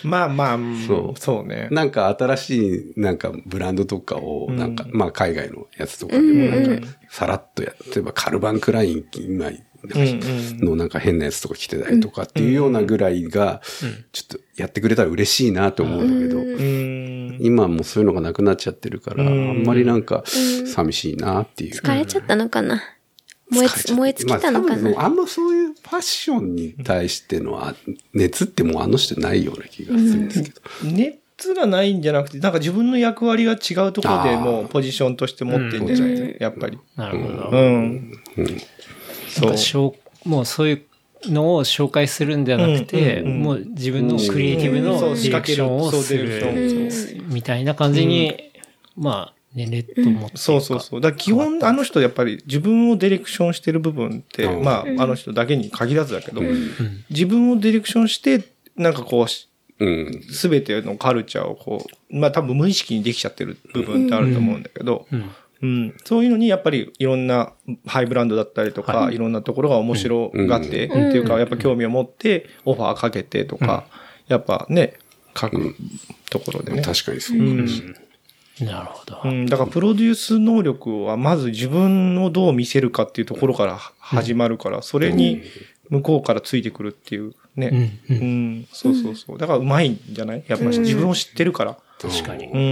D: まあまあ、そう。そうね。
C: なんか新しいなんかブランドとかを、なんか、うん、まあ海外のやつとかでもなんか、さらっとやって、例えばカルバンクライン、今、のなんか変なやつとか着てたりとかっていうようなぐらいが、ちょっとやってくれたら嬉しいなと思うんだけど、今もうそういうのがなくなっちゃってるから、あんまりなんか寂しいなっていう。
E: 疲れちゃったのかな、燃えつ、燃え尽きたのかな、
C: まあ、あんまそういうファッションに対しての熱ってもうあの人ないような気がするんですけど。
D: 熱がないんじゃなくて、なんか自分の役割が違うところでもうポジションとして持ってるんじゃないですか、やっぱり。
B: なるほど。
D: うん。うん
B: そう。もうそういうのを紹介するんではなくて、うんうんうん、もう自分のクリエイティブのディレクションをするみたいな感じに、うん、まあ、年齢と思って、うん。そう
D: そうそう。だから基本あの人やっぱり自分をディレクションしてる部分って、うん、まあ、あの人だけに限らずだけど、うん、自分をディレクションして、なんかこう、すべ、うん、てのカルチャーをこう、まあ多分無意識にできちゃってる部分ってあると思うんだけど、うんうんうん、そういうのにやっぱりいろんなハイブランドだったりとか、はい、いろんなところが面白がって、うん、っていうかやっぱ興味を持ってオファーかけてとか、うん、やっぱね、書くところでね。
C: 確かにそうかもしれない。
B: うん、なるほど、
D: うん。だからプロデュース能力はまず自分をどう見せるかっていうところから始まるから、それに向こうからついてくるっていうね。うん。うんうん、そうそうそう。だからうまいんじゃないやっぱり自分を知ってるから。
B: 確かに。
D: うん。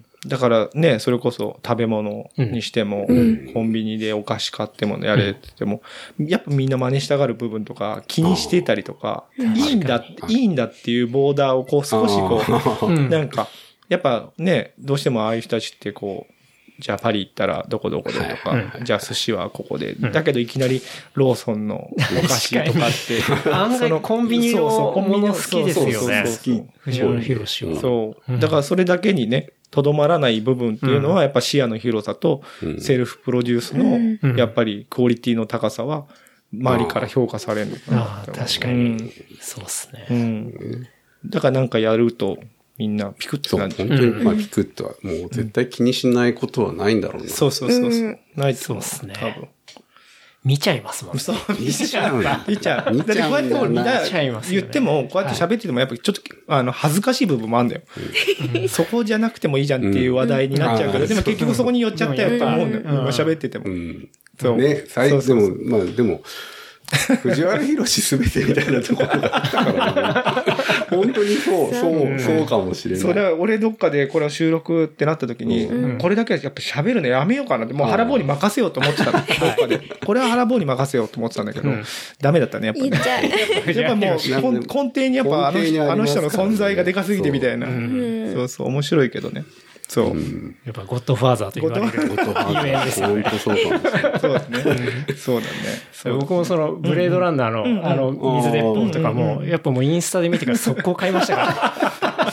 D: だからね、それこそ食べ物にしても、うん、コンビニでお菓子買ってもやれって言っても、うん、やっぱみんな真似したがる部分とか気にしてたりとか、いいんだ、いいんだっていうボーダーをこう少しこう、なんか、やっぱね、どうしてもああいう人たちってこう、じゃあパリ行ったらどこどこでとか、はい、じゃあ寿司はここで、うん、だけどいきなりローソンのお菓子とかって、
B: 案外コンビニのもの好きですよね。好き。藤原宏は。
D: そう。だからそれだけにね、とどまらない部分っていうのはやっぱ視野の広さとセルフプロデュースのやっぱりクオリティの高さは周りから評価されるのかな。
B: ああ、確かに。うん、そうですね、
D: うん。だからなんかやると、みんなピクッとなる。
C: 本当に、まあピクッとは、もう絶対気にしないことはないんだろうな。
D: そうそうそうそう。ない
B: そうですね。多分。見ちゃいますもんね。
D: そう、見ちゃう。見ちゃう。だってこうやってもみんな言っても、こうやって喋っててもやっぱりちょっと、あの、恥ずかしい部分もあるんだよ。そこじゃなくてもいいじゃんっていう話題になっちゃうけど、でも結局そこに寄っちゃったよと思うんだよ。今喋ってても。
C: そう。ね、最初でも、まあでも、藤原宏すべてみたいなところがあったからね。本当にそう、そう、そうかもしれない。
D: それは俺どっかでこれを収録ってなった時に、うん、これだけはやっぱ喋るのやめようかなって、もう腹棒に任せようと思ってたの。どっかで。これは腹棒に任せようと思ってたんだけど、うん、ダメだったね、やっぱね。
E: 言っちゃう。
D: やっぱもう根底にやっぱあの人、あの人の存在がでかすぎてみたいな。そう、そうそう、面白いけどね。そう。うん、
B: やっぱゴッドファーザーと言われる。ゴッドファーザーですよね。
C: 本当そうかもしれない。
D: そうですね。そうだね。
B: 僕もそのブレードランナーの、うん、あの水鉄砲とかも、うん、やっぱもうインスタで見てから速攻買いましたから。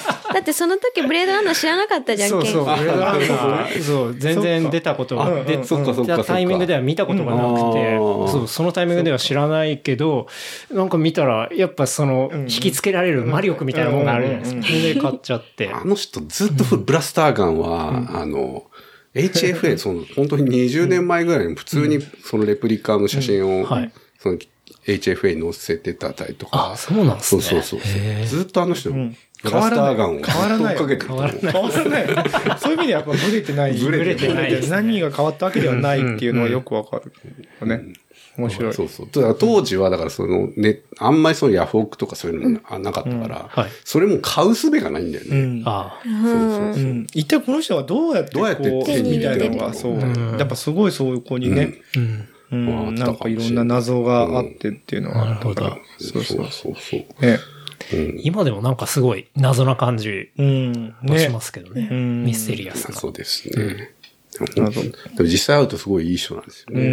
E: だってその時ブレードランナー知らなかったじゃん。
B: そうそう。ブレードランナー、そう全然出たことが出たタイミングでは見たことがなくて、そうそのタイミングでは知らないけど、なんか見たらやっぱその引きつけられる魔力みたいなものがあるじゃないですか。それで買っちゃって。
C: あの人ずっとブラスターガンはあの。エイチエフエー、その、本当ににじゅうねんまえぐらいに普通にそのレプリカの写真を、その エイチエフエー に載せてたりとか。
B: あ、そうなんですね。
C: そうそうそう。ずっとあの人、ブラスターガンを
D: 変わらない。
C: 変わらない。変わら
D: ない。そういう意味でやっぱブレてない。
B: ブレてない。
D: 何が変わったわけではないっていうのはよくわかる。ね。面白い。
C: そうそう。だから当時は、だからそのね、あんまりそのヤフオクとかそういうのがなかったから、うんはい、それも買う術がないんだよね。うん、ああ。そうそうそう。うん、
D: 一体この人はどうやってこう、
C: どうやって
D: 手に入れてるのが、そう、うん。やっぱすごいそうこにね、うんうんうん、なんかいろんな謎があってっていうのがあったから。そうそうそうそう。ね
B: うん、今でもなんかすごい謎な感じはしますけどね。うん、ミステリアスな。
C: そうですね。うんでも実際会うとすごいいい人なんですよね。うん。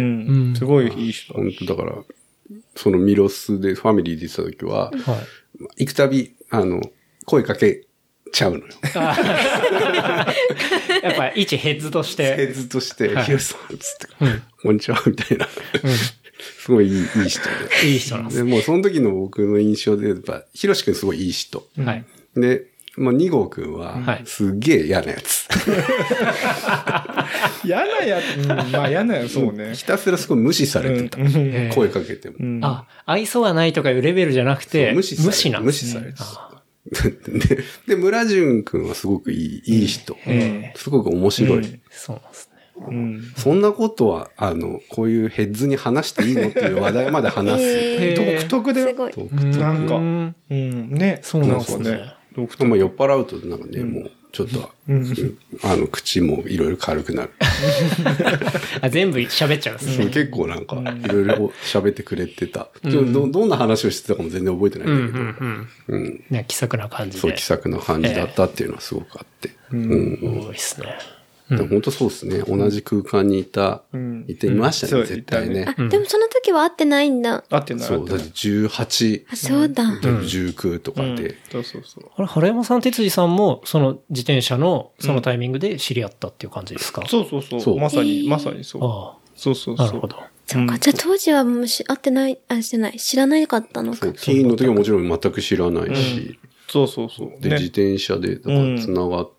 D: すごいいい人。
C: 本当だから、そのミロスでファミリーで行った時は、はい、行くたび、あの、声かけちゃうのよ。
B: やっぱ一ヘッズとして。
C: ヘッズとして、ヒロさんつって、うん、こんにちは、みたいな。 すごいいい、いい人で。
B: いい人なんです。
C: で、もうその時の僕の印象で、やっぱ、ひろしくんすごいいい人。
B: はい。
C: で、もうに号くんは、すげえ嫌なやつ。
D: 嫌なやつ、うん、まあ嫌なやつ、そうね。
C: ひたすらすごい無視されてた。うん、声かけても、うん。
B: あ、愛想がないとかいうレベルじゃなくて、無視
C: 無視
B: なん
C: 無視されてた。で、で、村淳くんはすごくいい、いい人。うん、すごく面白い。うん、
B: そうなんですね。
C: うん、そんなことは、あの、こういうヘッズに話していいのっていう話題まで話す。
D: えー、独特で、独特。なんか、うん、ね、
B: そうなんですね。
C: 独特。まあ酔っ払うとなんかね、うん、もう、ちょっと、うん、あの、口もいろいろ軽くなる。
B: あ、全部喋っちゃうんですね。
C: 結構なんか、いろいろ喋ってくれてた。うん、ど, どんな話をしてたかも全然覚えてないんだけど。うんうんうん。うん、
B: ね、気さくな感じで。
C: そう、気さくな感じだったっていうのはすごくあって。
B: えー、うん。多いですね。
C: でも本当そうですね。同じ空間にいた、うん、いていましたね、うん、絶対ね。
E: あ、でもその時は会ってないんだ。
D: 会ってない。
C: そう、だってじゅうはち。
E: あ、そうだ。
C: じゅうきゅうとかで。うん、
D: そうそうそう。
B: あれ、原山さん、哲司さんも、その自転車の、そのタイミングで知り合ったっていう感じですか？
D: うん、そうそうそう。そうまさに、まさにそう。ああそうそうそう。
B: なるほど。
E: そうか。じゃあ当時はもうし会ってない、あ、してない。知らなかったのか。
C: そう、ティーンの時はもちろん全く知らないし。うん、
D: そうそうそう。
C: で、ね、自転車で、だから繋がって、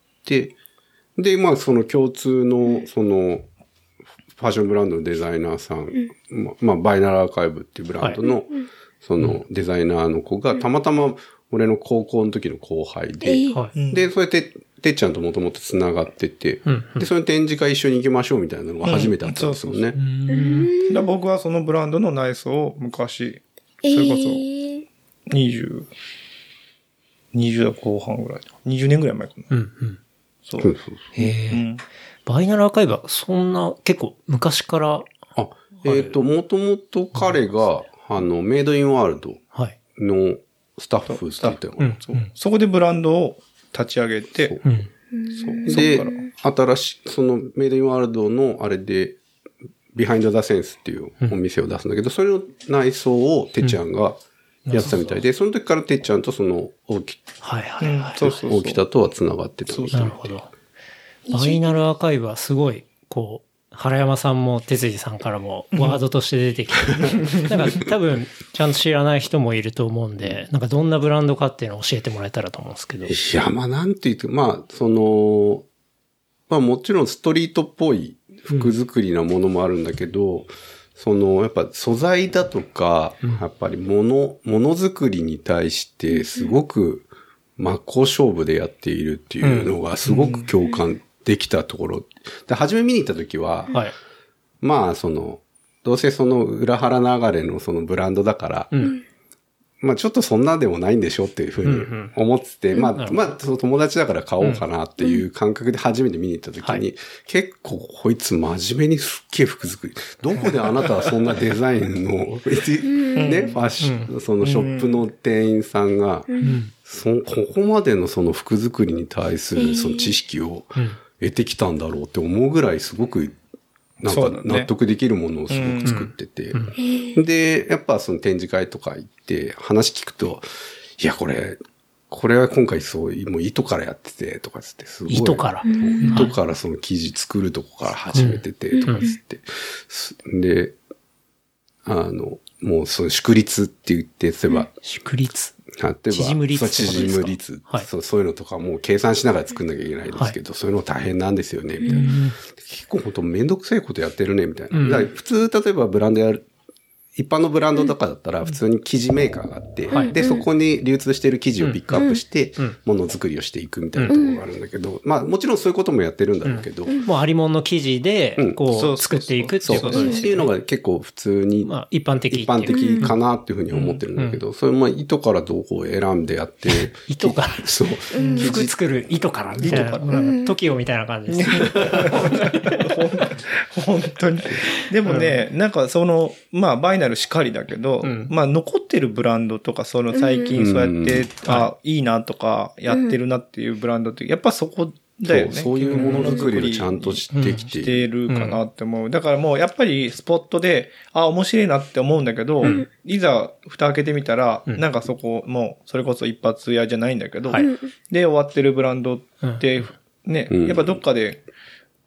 C: うん、で、まあ、その共通の、その、ファッションブランドのデザイナーさん、うん、まあ、バイナルアーカイブっていうブランドの、はい、そのデザイナーの子が、たまたま俺の高校の時の後輩で、うん、で、そうやって、てっちゃんともともと繋がってて、うんうん、で、その展示会一緒に行きましょうみたいなのが初めてあったんですよね。うん、そう
D: そうそう。僕はそのブランドの内装を昔、それこそ、にじゅう、にじゅう代後半ぐらい。にじゅうねんぐらい前かな。
B: うんうん。
C: そう。そうそうそう。
B: へえ、うん。バイナルアーカイブはそんな結構昔から。
C: あ、えっ、ー、と、もともと彼が、あの、メイドインワールドのスタッフって言ったよ、
D: うんうん。そこでブランドを立ち上げて、
C: そうそうで、新しい、そのメイドインワールドのあれで、ビハインドザセンスっていうお店を出すんだけど、うん、それの内装をてっちゃんがやってたみたいで、うん、その時からてっちゃんとその大き、
B: はいはいはい。
C: そうそうそう大北とは繋がってたみたい。
B: なるほど。バイナルアーカイブはすごい、こう、原山さんも哲司さんからもワードとして出てきて、なんか多分ちゃんと知らない人もいると思うんで、なんかどんなブランドかっていうのを教えてもらえたらと思うんですけど。
C: いや、まあなんて言って、まあその、まあもちろんストリートっぽい服作りなものもあるんだけど、うん、そのやっぱ素材だとか、うん、やっぱりもの、ものづくりに対してすごく真っ向勝負でやっているっていうのがすごく共感できたところ。で、初め見に行った時は、はい、まあ、その、どうせその裏腹流れのそのブランドだから、うん、まあちょっとそんなでもないんでしょっていうふうに思ってて、うんうん、まあ、まあ、その友達だから買おうかなっていう感覚で初めて見に行った時に、うん、結構こいつ真面目にすっげえ服作り。どこであなたはそんなデザインの、ね、ファッション、そのショップの店員さんが、うん、そここまでのその服作りに対するその知識を、うん得てきたんだろうって思うぐらいすごくなんか納得できるものをすごく作ってて、ねうん、でやっぱその展示会とか行って話聞くといやこれこれは今回そうもう糸からやっててとかつってすごい
B: 糸から
C: 糸からその生地作るとこから始めててとかつって、うん、であのもうその縮率って言って例えば
B: 縮率
C: 例えば、
B: 縮む率
C: 縮む率、はいそう。そういうのとかも計算しながら作んなきゃいけないんですけど、はい、そういうの大変なんですよね、みたいな。結構本当めんどくさいことやってるね、みたいな。うん、だから普通、例えばブランドやる、一般のブランドとかだったら普通に生地メーカーがあって、うん、で、そこに流通している生地をピックアップして、ものづくりをしていくみたいなところがあるんだけど、うん、まあもちろんそういうこともやってるんだろうけど。うん、
B: もうありもんの生地で、こう、作っていくっていうことですね。
C: っていうのが結構普通に、
B: まあ一般的。
C: 一般的かなっていうふうに思ってるんだけど、うん、それも糸からどこを選んでやって。
B: 糸から
C: そう。
B: 服作る糸からみたいな。トキオみたいな感じです。
D: 本当に。でもね、うん、なんかその、まあバイナルしかりだけど、うん、まあ残ってるブランドとか、その最近そうやって、うん、あ、いいなとか、やってるなっていうブランドって、やっぱそこだよね。
C: そう、そういうものづくりをちゃんとしてきて、
D: うん、してるかなって思う。だからもうやっぱりスポットで、あ、面白いなって思うんだけど、うん、いざ蓋開けてみたら、うん、なんかそこもう、それこそ一発屋じゃないんだけど、はい、で終わってるブランドって、ね、うん、やっぱどっかで、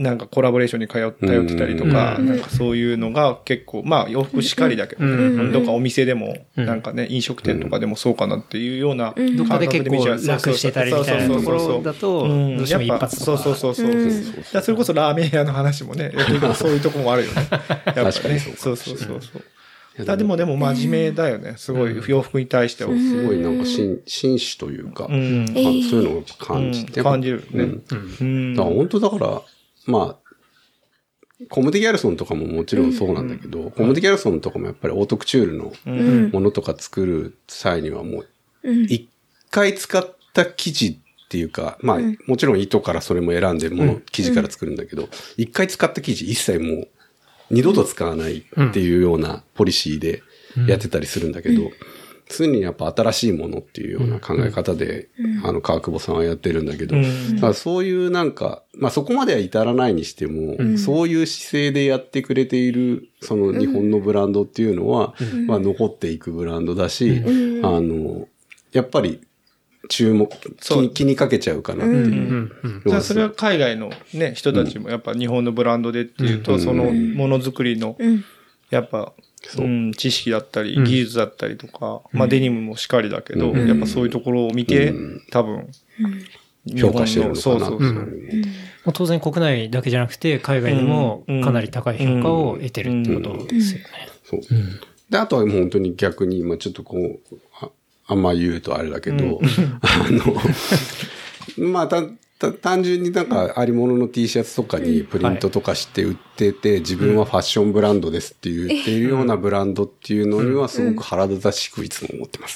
D: なんかコラボレーションに通って頼ってたりとか、なんかそういうのが結構、まあ洋服しかりだけど、ね、どっかお店でも、なんかね、飲食店とかでもそうかなっていうような
B: どっかで結構楽してたりみたいなところだと、どうしても一発とか。
D: そうそうそうそう。それこそラーメン屋の話もね、そういうとこもあるよね。やっぱりね。そうそうそうそう。だでもでも真面目だよね。すごい洋服に対しては。
C: すごいなんか紳士というか、そういうのを感じて。
D: 感じるね。
C: だから本当だから、まあ、コムデ・ギャルソンとかももちろんそうなんだけど、コムデ・ギャルソンとかもやっぱりオートクチュールのものとか作る際にはもう、一回使った生地っていうか、まあ、もちろん糸からそれも選んでもの、生地から作るんだけど、一回使った生地一切もう、二度と使わないっていうようなポリシーでやってたりするんだけど、常にやっぱ新しいものっていうような考え方で、あの、川久保さんはやってるんだけど、だからそういうなんか、まあそこまでは至らないにしても、そういう姿勢でやってくれている、その日本のブランドっていうのは、まあ残っていくブランドだし、あの、やっぱり、注目気、気にかけちゃうかなっていう。
D: うん、それは海外のね、人たちもやっぱ日本のブランドでっていうと、うん、そのものづくりの、やっぱ、うん、知識だったり、技術だったりとか、うん、まあデニムもしっかりだけど、うん、やっぱそういうところを見て、うん、多分、
C: 評価してるのかな。
D: そうそうそう。うん
B: うん、当然国内だけじゃなくて、海外でもかなり高い評価を得てるってことですよね。
C: そう。で、あとはもう本当に逆に、まあちょっとこう、あんま言うとあれだけど、うん、あの、まあ、た、た、単純になんかありものの T シャツとかにプリントとかして売ってて、自分はファッションブランドですって言っているようなブランドっていうのにはすごく腹立たしくいつも思ってます。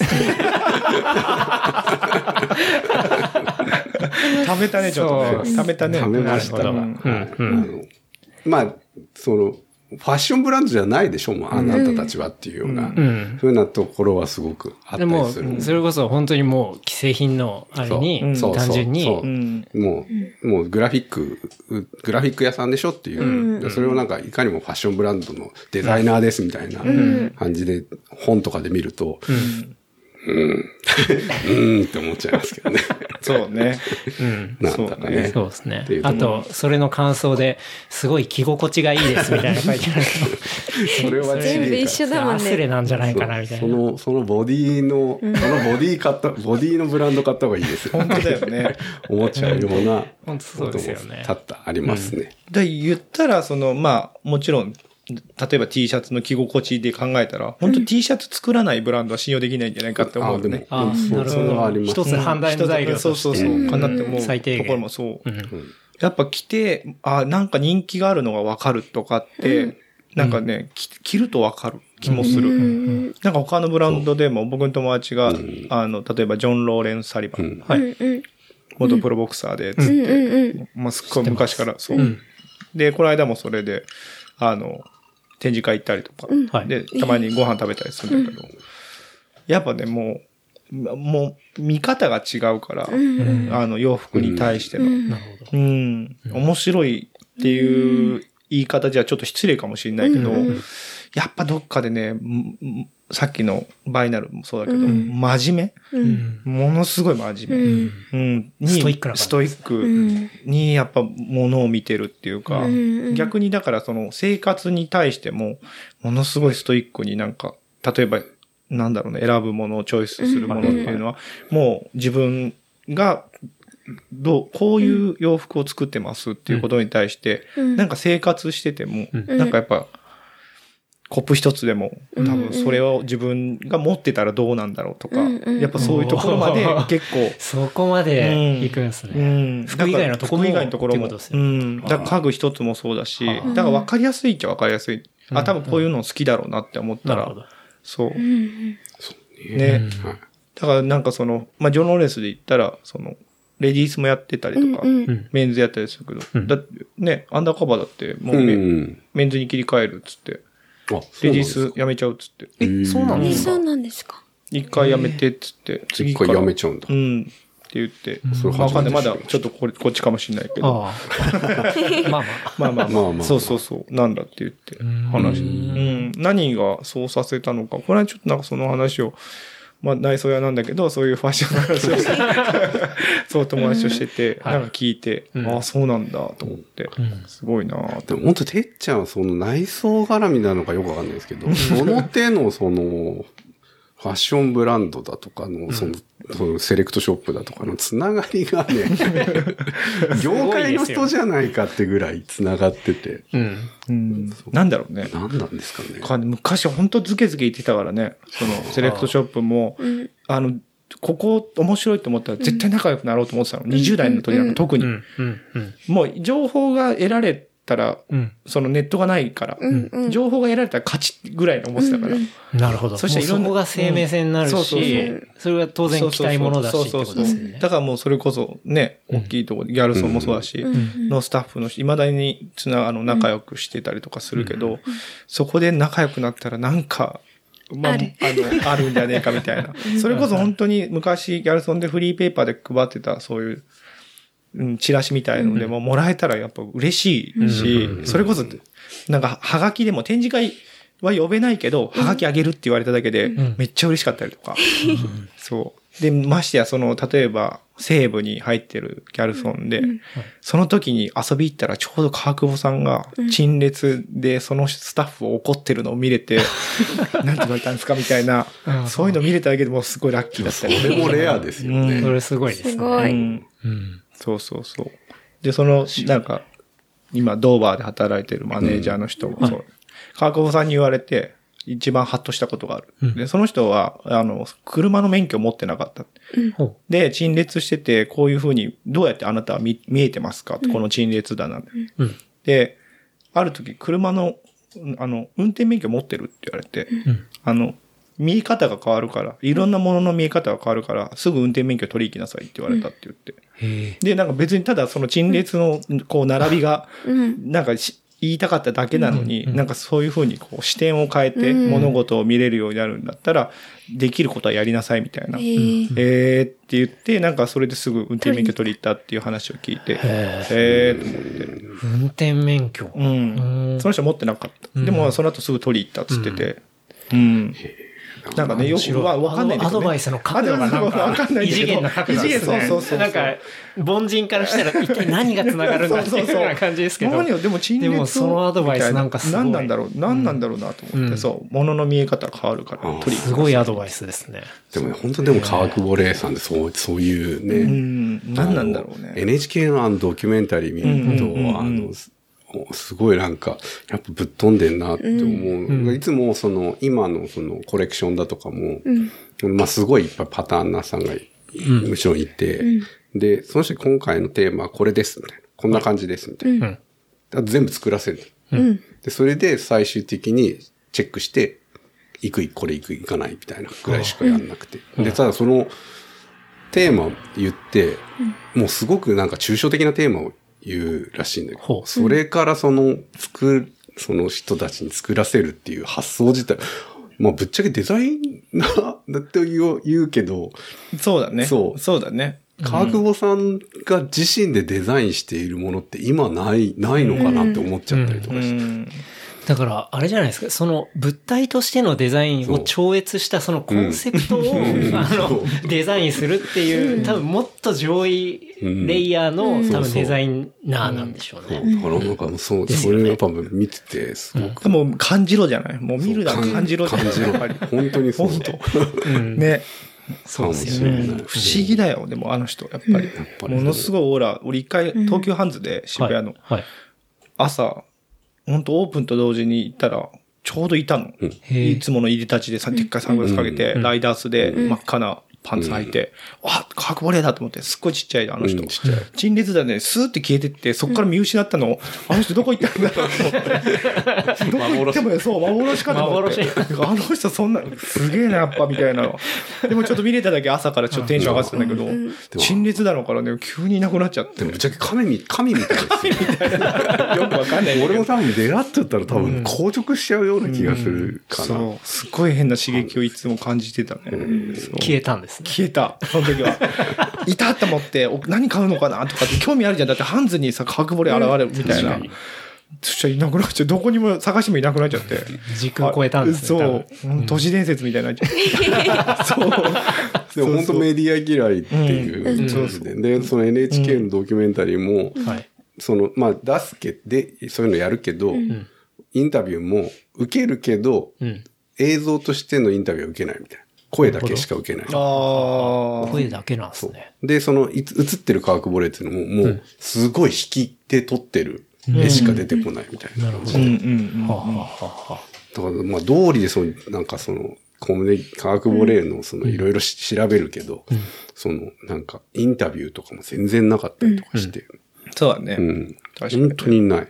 D: 食べたね、ちょっとね。食べたね。
C: 食べました。うん、まあ、その、ファッションブランドじゃないでしょもうあなたたちはっていうような、うん、そういうようなところはすごくあったりする。
B: でも、それこそ本当にもう既製品のあれに、単純に。
C: そうそうそう、もう、もうグラフィック、グラフィック屋さんでしょっていう、うん、それをなんかいかにもファッションブランドのデザイナーですみたいな感じで本とかで見ると、うんうん。うーんって思っちゃいますけどね。
D: そうね。
B: うん。
C: なんだかね。
B: そうですね。あと、それの感想で、すごい着心地がいいですみたいな書いてある
C: それは
E: 全部一緒だもんね。
B: アスレなんじゃないかなみたいな。
C: その、そのボディの、そのボディ買った、ボディのブランド買った方がいいです
D: よ。本当だよね。
C: 思っちゃうような。
B: 本当そうですよね。
C: 多々ありますね。
D: で、言ったら、その、まあ、もちろん、例えば T シャツの着心地で考えたら、本当 T シャツ作らないブランドは信用できないんじゃないかって思うよね。
B: ああ、なるほど。一つ判断材料として。
D: そうそうそう。かなって思うところもそう。やっぱ着て、あ、なんか人気があるのがわかるとかって、なんかね、着るとわかる気もする。なんか他のブランドでも僕の友達が、あの、例えばジョン・ローレン・サリバン。はい。元プロボクサーで、つって。まあ、すっごい昔から、そう。で、この間もそれで、あの、展示会行ったりとか、うん、で、たまにご飯食べたりするんだけど、うん、やっぱね、もう、もう、見方が違うから、うん、あの、洋服に対しての、うん、うん、面白いっていう言い方じゃちょっと失礼かもしれないけど、うん、やっぱどっかでね、さっきのバイナルもそうだけど、うん、真面目、うん、ものすごい真面目、うんうん、に
B: ストイックな
D: ストイックにやっぱものを見てるっていうか、うん、逆にだからその生活に対してもものすごいストイックになんか、例えばなんだろうね、選ぶものをチョイスするものっていうのは、もう自分がどう、こういう洋服を作ってますっていうことに対して、うん、なんか生活してても、うん、なんかやっぱ、コップ一つでも、多分それを自分が持ってたらどうなんだろうとか、うんうん、やっぱそういうところまで結構。
B: そこまで行くんですね。うん、服以外のところも。服以外のところも。うん。
D: だから家具一つもそうだし、だから分かりやすいっちゃ分かりやすい。あ、多分こういうの好きだろうなって思ったら、そう。ね。だからなんかその、まあ、ジョン・ローレンスで言ったら、その、レディースもやってたりとか、うんうん、メンズやったりするけど、うん、だってね、アンダーカバーだってもう、うん、メンズに切り替えるっつって、レディースやめちゃうっつって。
B: え、そうなんですか？
E: そうなんですか？
D: 一回やめてっつって、
C: 次から。一回やめちゃうんだ。
D: うん。って言って、それわかんない。まだちょっとこれ、こっちかもしれないけど。あ
B: まあ
D: まあ。まあまあまあ。まあそうそうそう。なんだって言って、話。うん。何がそうさせたのか。これはちょっとなんかその話を、まあ内装屋なんだけど、そういうファッションの話をして、 そう、友達としてて、
B: はい
D: なんか聞いて、
B: うん
D: ああ、そうなんだと思って、
B: うん
D: すごいなぁと。
C: でも本当てっちゃんはその内装絡みなのかよくわかんないですけど、その手のその、ファッションブランドだとかの、その、そのセレクトショップだとかのつながりがね、業界の人じゃないかってぐらいつながってて。
B: うん。
D: うん、なんだろうね。
C: 何なんですかね。
D: か昔本当ズケズケ言ってたからね、そのセレクトショップも、
E: うん
D: あの、ここ面白いと思ったら絶対仲良くなろうと思ってたの。にじゅう代の時なんか特に。
B: うん。うん。うん。
D: もう情報が得られたら、
B: うん。
D: そのネットがないから、
E: うんうん
D: 情報が得られたら勝ちぐらいの思ってたから。
E: うん
B: なるほど。
D: そしたらいろんな
B: もうそこが生命線になる
D: そうそう
B: し
D: そう、
B: それは当然期待ものだしって
D: そうそうそう
B: ことですよね。
D: だからもうそれこそね、大きいところ、ギャルソンもそうだし、
E: うん
D: のスタッフの人、未だにつな、あの、仲良くしてたりとかするけど、そこで仲良くなったらなんか、まあ、
E: ある
D: あの、あるんじゃねえかみたいな。それこそ本当に昔ギャルソンでフリーペーパーで配ってたそういう、うん、チラシみたいのでももらえたらやっぱ嬉しいし、それこそ、なんか、はがきでも展示会は呼べないけど、はがきあげるって言われただけで、めっちゃ嬉しかったりとか。そう。で、ましてや、その、例えば、西部に入ってるギャルソンで、その時に遊び行ったらちょうど川久保さんが陳列でそのスタッフを怒ってるのを見れて、なんて言われたんですかみたいな、そういうの見れただけでもすごいラッキーだったり。
C: それもレアですよね。
B: それすごいですね。
E: すごい。
D: うん
B: うん。
D: そうそうそう。で、その、なんか、今、ドーバーで働いてるマネージャーの人もそう。川久保さんに言われて、一番ハッとしたことがある。
B: うん
D: で、その人は、あの、車の免許を持ってなかった。
B: ほ
D: で、陳列してて、こういうふうに、どうやってあなたは見見えてますか、この陳列だなんて。
B: う。うん。
D: で、ある時、車の、あの、運転免許持ってるって言われて、
B: うん。
D: あの、見え方が変わるから、いろんなものの見え方が変わるから、すぐ運転免許取り行きなさいって言われたって言って。
B: へえ。
D: で、なんか別にただその陳列の、こう、並びが、
E: うん。
D: なんかし言いたかっただけなのに、
B: うんうん
D: なんかそういうふうにこう視点を変えて
E: うん
D: 物事を見れるようになるんだったら、できることはやりなさいみたいな。
E: えー
D: えーって言って、なんかそれですぐ運転免許取り行ったっていう話を聞いて、
B: へえ。
D: えーと思って。
B: 運転免許。
D: うん。
B: うん
D: その人持ってなかった。
B: うん
D: でもその後すぐ取り行ったっつってて。うん。なんかね、よくわわかんないんだけどね
B: アドバイスの角度がなんか、
D: わかんないん
B: 異
D: だけど
B: 次元の角度ですね。
D: 異次元そうそうそう
B: なんか、凡人からしたら一体何が繋がるんだっていうような感じですけど。
D: 何よ、でも陳列を
B: でもそのアドバイスなんかすごい
D: 何なんだろう、何なんだろうなと思って、
B: うん
D: そう、物の見え方が変わるから、
C: うん
D: 取り
B: すごいアドバイスですね。
C: でもね、本当にでも川久保玲さんでそう、そういうね、
D: うん、何なんだろうね。
C: エヌエイチケー のあのドキュメンタリー見ると、
D: うんうんうんうん
C: あの、すすごいなんか、やっぱぶっ飛んでんなって思う。
B: うん
C: いつもその、今のそのコレクションだとかも、
E: うん。
C: まあすごいいっぱいパターンなさんが、後ろにいて、で、その人今回のテーマはこれですみたいな。こんな感じですみたいな。
B: うん。
C: だから全部作らせる。
E: うん。
C: で、それで最終的にチェックして、行く、これ行く、行かないみたいなぐらいしかやんなくて。で、ただそのテーマを言って、もうすごくなんか抽象的なテーマを言うらしいんだけど、
B: ほう
C: それからその作る、その人たちに作らせるっていう発想自体、まあぶっちゃけデザイナーだって言う言うけど、
D: そうだね。
C: そう
D: そうだね。
C: 川久保さんが自身でデザインしているものって今ない、ないのかなって思っちゃったりとかして。
D: うん。
B: だから、あれじゃないですか、その物体としてのデザインを超越したそのコンセプトを、
C: うん
B: あの、デザインするっていう、多分もっと上位レイヤーの、
E: うん
B: 多分デザイナーなんでしょうね。
C: だからなんかそう、
B: ですよね
C: それやっぱ見てて、すごく
D: でも感じろじゃないもう見るなら感じろじゃない
C: 感じろ
D: やっぱり。
C: 本当にそう。
D: 本当。
B: うん
D: ね。
B: そうですよね。
C: かもしれない
D: 不思議だよ、でもあの人、やっぱり。
C: ぱり
D: ものすごいオーラ、俺一回東急ハンズで渋谷の
B: はい。
D: 朝、本当オープンと同時に行ったら、ちょうどいたの。
B: へえ
D: いつもの入り立ちでさ、でっかいサングラスかけて、
B: うん
D: ライダースで真っ赤なパンツ履いて、あ、カクボレーだと思って、すっごいちっちゃいあの人。
C: うんちっちゃい
D: 陳列だね、スーって消えてって、そっから見失ったの、あの人どこ行ったんだろうと思って。どこ行ってもそう、幻かと思って。あの人そんな、すげえな、やっぱ、みたいなの。でもちょっと見れただけ朝からちょっとテンション上がってたんだけど、陳列だのからね、急にいなくなっちゃって。
C: でもぶっちゃけ神み、神みたいですよ。
D: よくわかんないんだけど。
C: 俺も多分出会っちゃったら多分硬直しちゃうような気がするかな。
D: そう。すごい変な刺激をいつも感じてたね。そう
B: 消えたんですね。
D: 消えた。その時は。いたと思って、お何買うのかなとかって興味あるじゃん。だってハンズにさ、カクボレ現れるみたいな。 そしたらいなくなっちゃう。どこにも探してもいなくなっちゃって。
B: 時空超えたんですね。
D: そう。都市伝説みたいになっちゃう。そう。
C: でも本当メディア嫌いっていう感じで。で、その エヌエイチケー のドキュメンタリーも、その、まあ出すけで、そういうのやるけど、インタビューも受けるけど、映像としてのインタビューは受けないみたいな。声だけしか受けない。
B: ああ。声だけなんですね。
C: で、その、映ってる化学ボレーっていうのも、もう、すごい引きで撮ってる絵しか出てこないみたいな感じで。だから、まあ、道理でそう、なんかその、コムデ化学ボレーの、その、いろいろ調べるけど、その、なんか、インタビューとかも全然なかったりとかして。
D: そうだね。
C: うん。本当にない。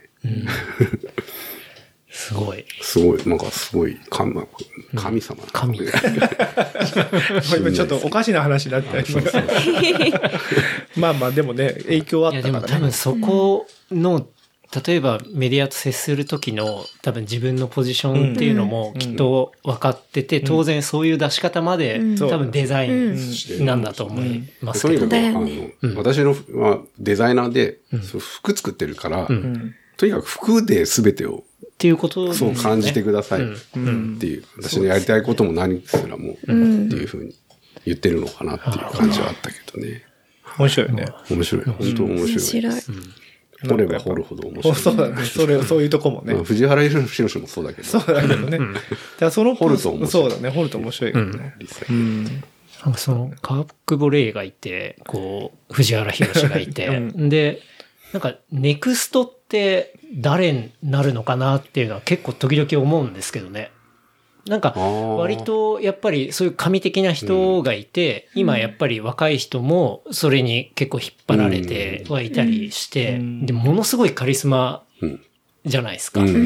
B: すごい。
C: すごい。なんかすごい、神, 神様。
B: 神。
D: 今ちょっとおかしな話になってまあまあでもね、影響あったからね。
B: いやでも多分そこの、例えばメディアと接する時の多分自分のポジションっていうのもきっと分かってて、当然そういう出し方まで多分デザインなんだと思いますけど。
C: とにかく、あの、私のデザイナーで服作ってるから、とにかく服で全てを
B: っていうこと
C: そう感じてくださいっていう、私のやりたいことも何すらもっていうふうに言ってるのかなっていう感じはあったけどね。
D: 面白いね。
C: 面白い。本当面白い。掘れば掘るほど面白い。
D: そうだね。それ、そういうとこもね。
C: 藤原宏もそうだけど。
D: そうだけどね。だからその
C: 掘ると面白い。
D: そうだね。掘ると面白いけどね。
B: なんかその、化学ボレーがいて、こう、藤原宏がいて、で、なんか、ネクストって誰になるのかなっていうのは結構時々思うんですけどね。なんか、割とやっぱりそういう神的な人がいて、うん、今やっぱり若い人もそれに結構引っ張られてはいたりして、うん、で、ものすごいカリスマじゃないですか。うん、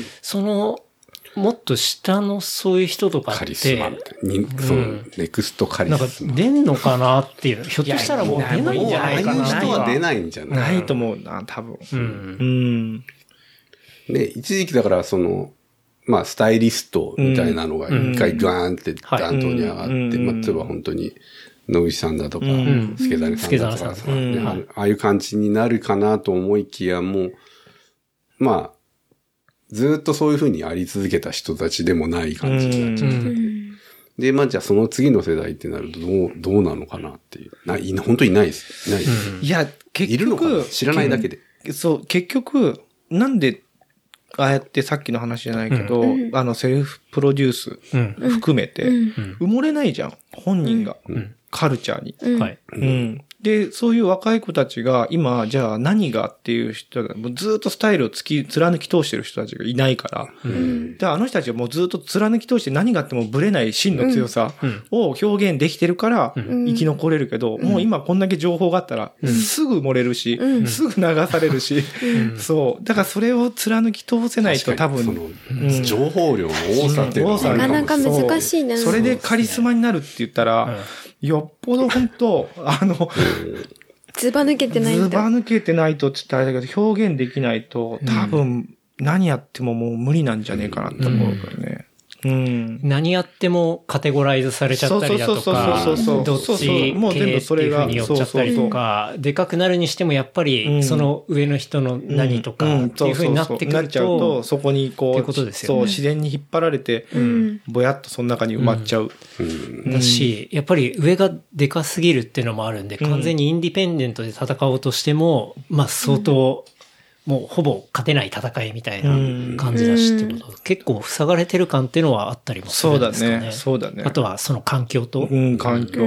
B: その、もっと下のそういう人とかって。カリスマみたいな。
C: そう、ネクストカリスマ。
B: なんか出んのかなっていう。ひょっとしたらもう出ないんじゃないかな。
C: ああいう人は出ないんじゃない
D: ないと思うな、多分。
B: うん。
D: うん。
C: で、一時期だからその、まあ、スタイリストみたいなのが一回ガーンって弾頭に上がって、まあ、例えば本当に野口さんだとか、助谷さんだとかさ、ああいう感じになるかなと思いきやもう、まあ、ずっとそういう風にあり続けた人たちでもない感じになっちゃって。で、まあじゃあその次の世代ってなるとどう、どうなのかなっていう。な、い本当にないです。いないです。
D: いや、結局。
C: いるのかな知らないだけで。
D: そう、結局、なんで、ああやってさっきの話じゃないけど、うん、あの、セルフプロデュース含めて、埋もれないじゃん。本人が。うん、カルチャーに。
B: うん、はい。
D: うん。で、そういう若い子たちが、今、じゃあ何がっていう人が、もうずっとスタイルを突き、貫き通してる人たちがいないから。うん、で、あの人たちはもうずっと貫き通して何があってもブレない真の強さを表現できてるから、生き残れるけど、うん、もう今こんだけ情報があったら、すぐ漏れるし、うん、すぐ流されるし、うん、そう。だからそれを貫き通せないと多分、その
C: うん、情報量の多さっていうのは
E: なかなか難しいな。
D: それでカリスマになるって言ったら、よっぽど本当、あの、
E: ずば抜けてないと。
D: ずば抜けてないとって言ったらあれだけど、表現できないと、多分、何やってももう無理なんじゃねえかなって思うからね。うん。
B: 何やってもカテゴライズされちゃったりだとか、どっちもう全部それが、に寄っちゃったりとか、でかくなるにしてもやっぱり、その上の人の何とかっていう風になってくると、
D: そこにこう、
B: ってことですよね。
D: そう、自然に引っ張られて、ぼやっとその中に埋まっちゃう。
B: だし、やっぱり上がでかすぎるっていうのもあるんで、完全にインディペンデントで戦おうとしても、まあ相当、もうほぼ勝てない戦いみたいな感じだしってこと、結構塞がれてる感っていうのはあったりもするんですかね。
D: そうだね。そうだね。
B: あとはその環境と。
D: うん、環境も。うん。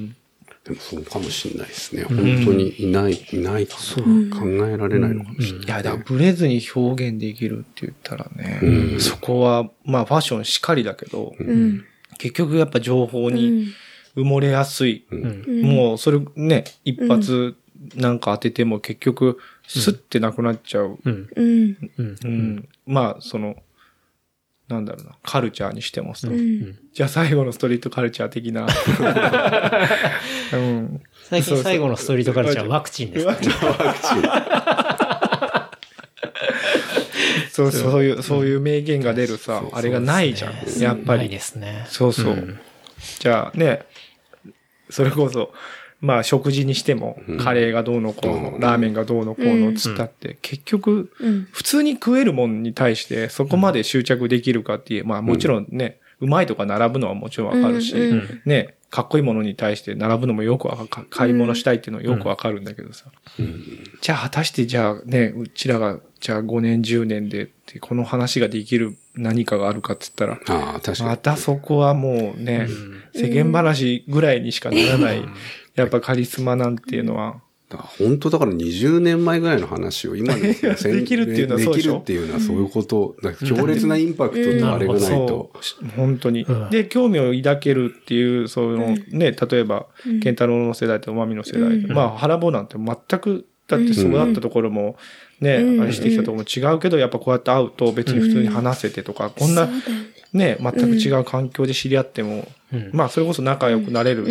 C: でもそうかもしれないですね。本当にいない、いないかな。考えられないのかもしれない、ね。
D: いや、だからブレずに表現できるって言ったらね、うん、そこは、まあファッションしかりだけど、うん、結局やっぱ情報に埋もれやすい。うん、もうそれね、一発なんか当てても結局、スッてなくなっちゃう。うん。うん。うん。まあ、その、なんだろうな、カルチャーにしてもさ。うん、じゃあ最後のストリートカルチャー的な。
B: うん、最近最後のストリートカルチャーはワクチンですか、ね、
C: ワク
D: チン。そう、そういう、そういう名言が出るさ、あれがないじゃん。ね、やっぱり。
B: ないですね。
D: そうそう。うん、じゃあね、それこそ、 まあ食事にしても、カレーがどうのこうの、うん、ラーメンがどうのこうのつったって、うん、結局、うん、普通に食えるもんに対してそこまで執着できるかっていう、まあもちろんね、うまいとか並ぶのはもちろんわかるし、うんうん、ね、かっこいいものに対して並ぶのもよくわかる、買い物したいっていうのはよくわかるんだけどさ。うん、じゃあ果たしてじゃあね、うちらがじゃあごねんじゅうねんでってこの話ができる何かがあるかって言ったら、ああ、確かにまたそこはもうね、うん、世間話ぐらいにしかならない、うん、やっぱカリスマなんていうのは、
C: 本当だからにじゅうねんまえぐらいの話を今で
D: できるっていうのはそうでしょ。
C: できるっていうのはそういうこと、うん、強烈なインパクトとあれがないと。
D: うん、本当に、うん。で、興味を抱けるっていう、そのね、例えば、ケンタロウの世代とマミの世代、うん、まあ、原坊なんて全く、だってそうだったところも、ね、うん、あれしてきたところも違うけど、やっぱこうやって会うと別に普通に話せてとか、うん、こんな、ね、全く違う環境で知り合っても、うん、まあそれこそ仲良くなれる、うん、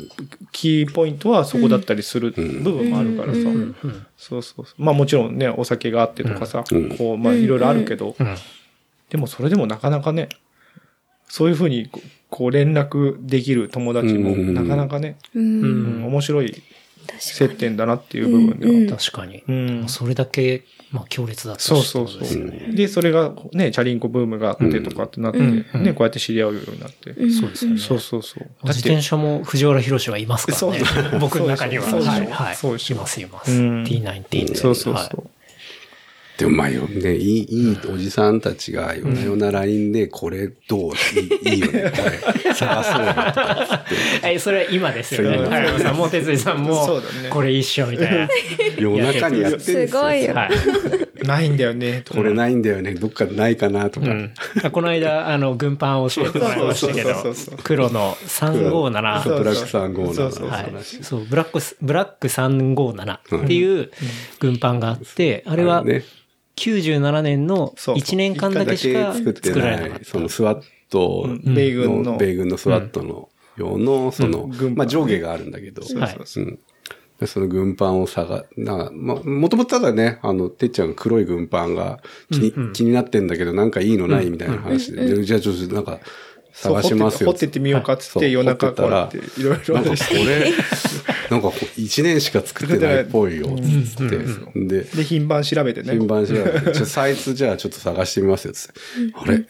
D: キーポイントはそこだったりする部分もあるからさ、うん、そうそうそう。まあもちろんね、お酒があってとかさ、うん、こう、まあいろいろあるけど、うん、でもそれでもなかなかね、そういうふうにこう連絡できる友達もなかなかね、うんうん、面白い接点だなっていう部分では。
B: うんうん、確かに。うん、それだけ、まあ、強烈だったし、
D: そうそうそう。で、それがね、チャリンコブームがあってとかってなって、うんうん、ね、こうやって知り合うようになって。
B: うん、そうですよね。
D: そうそうそう。
B: 自転車も藤原宏はいますからね。そう僕の中には。
D: そう
B: はい。はい。
D: そう
B: いますいます。ティーナインティーン で。
D: そうそうそう。はい
C: でもまあよ、ね、いい、いいおじさんたちが夜な夜な ライン でこれどういい、いいよね、これ探そうよとか
B: って。え、それは今ですよね。原山さんも哲井さんもこれ一緒みたいな。
C: 夜中にやってるんですよ。
E: すごいよ。
B: はい、
D: ないんだよね。
C: これないんだよね。どっかないかなとか。うん、
B: この間、あの、軍パンを教えてもらいましたけど、黒のさんごーなな。
C: ブラックさんごーなな。
B: そうはい。そう、ブラック、ブラックさんごーななっていう軍パンがあって、あれは、きゅうじゅうななねんのいちねんかんだけしか作られなかった。
C: そのスワットの、米軍の、米軍のスワットの用の、その、まあ上下があるんだけど、その軍パンを探、なんか、まあ、もともとただね、あの、てっちゃんが黒い軍パンが気に、気になってんだけど、なんかいいのないみたいな話で、じゃあちょっとなんか、探しますよ。
D: 掘ってってみようかっつって、夜中こうやっていろいろ。
C: なんかこれ、なんか一年しか作ってないっぽいよ、つって。
D: で、で、品番調べてね。
C: 品番調べて。ちょ、サイズじゃあちょっと探してみますよ、つって。あれ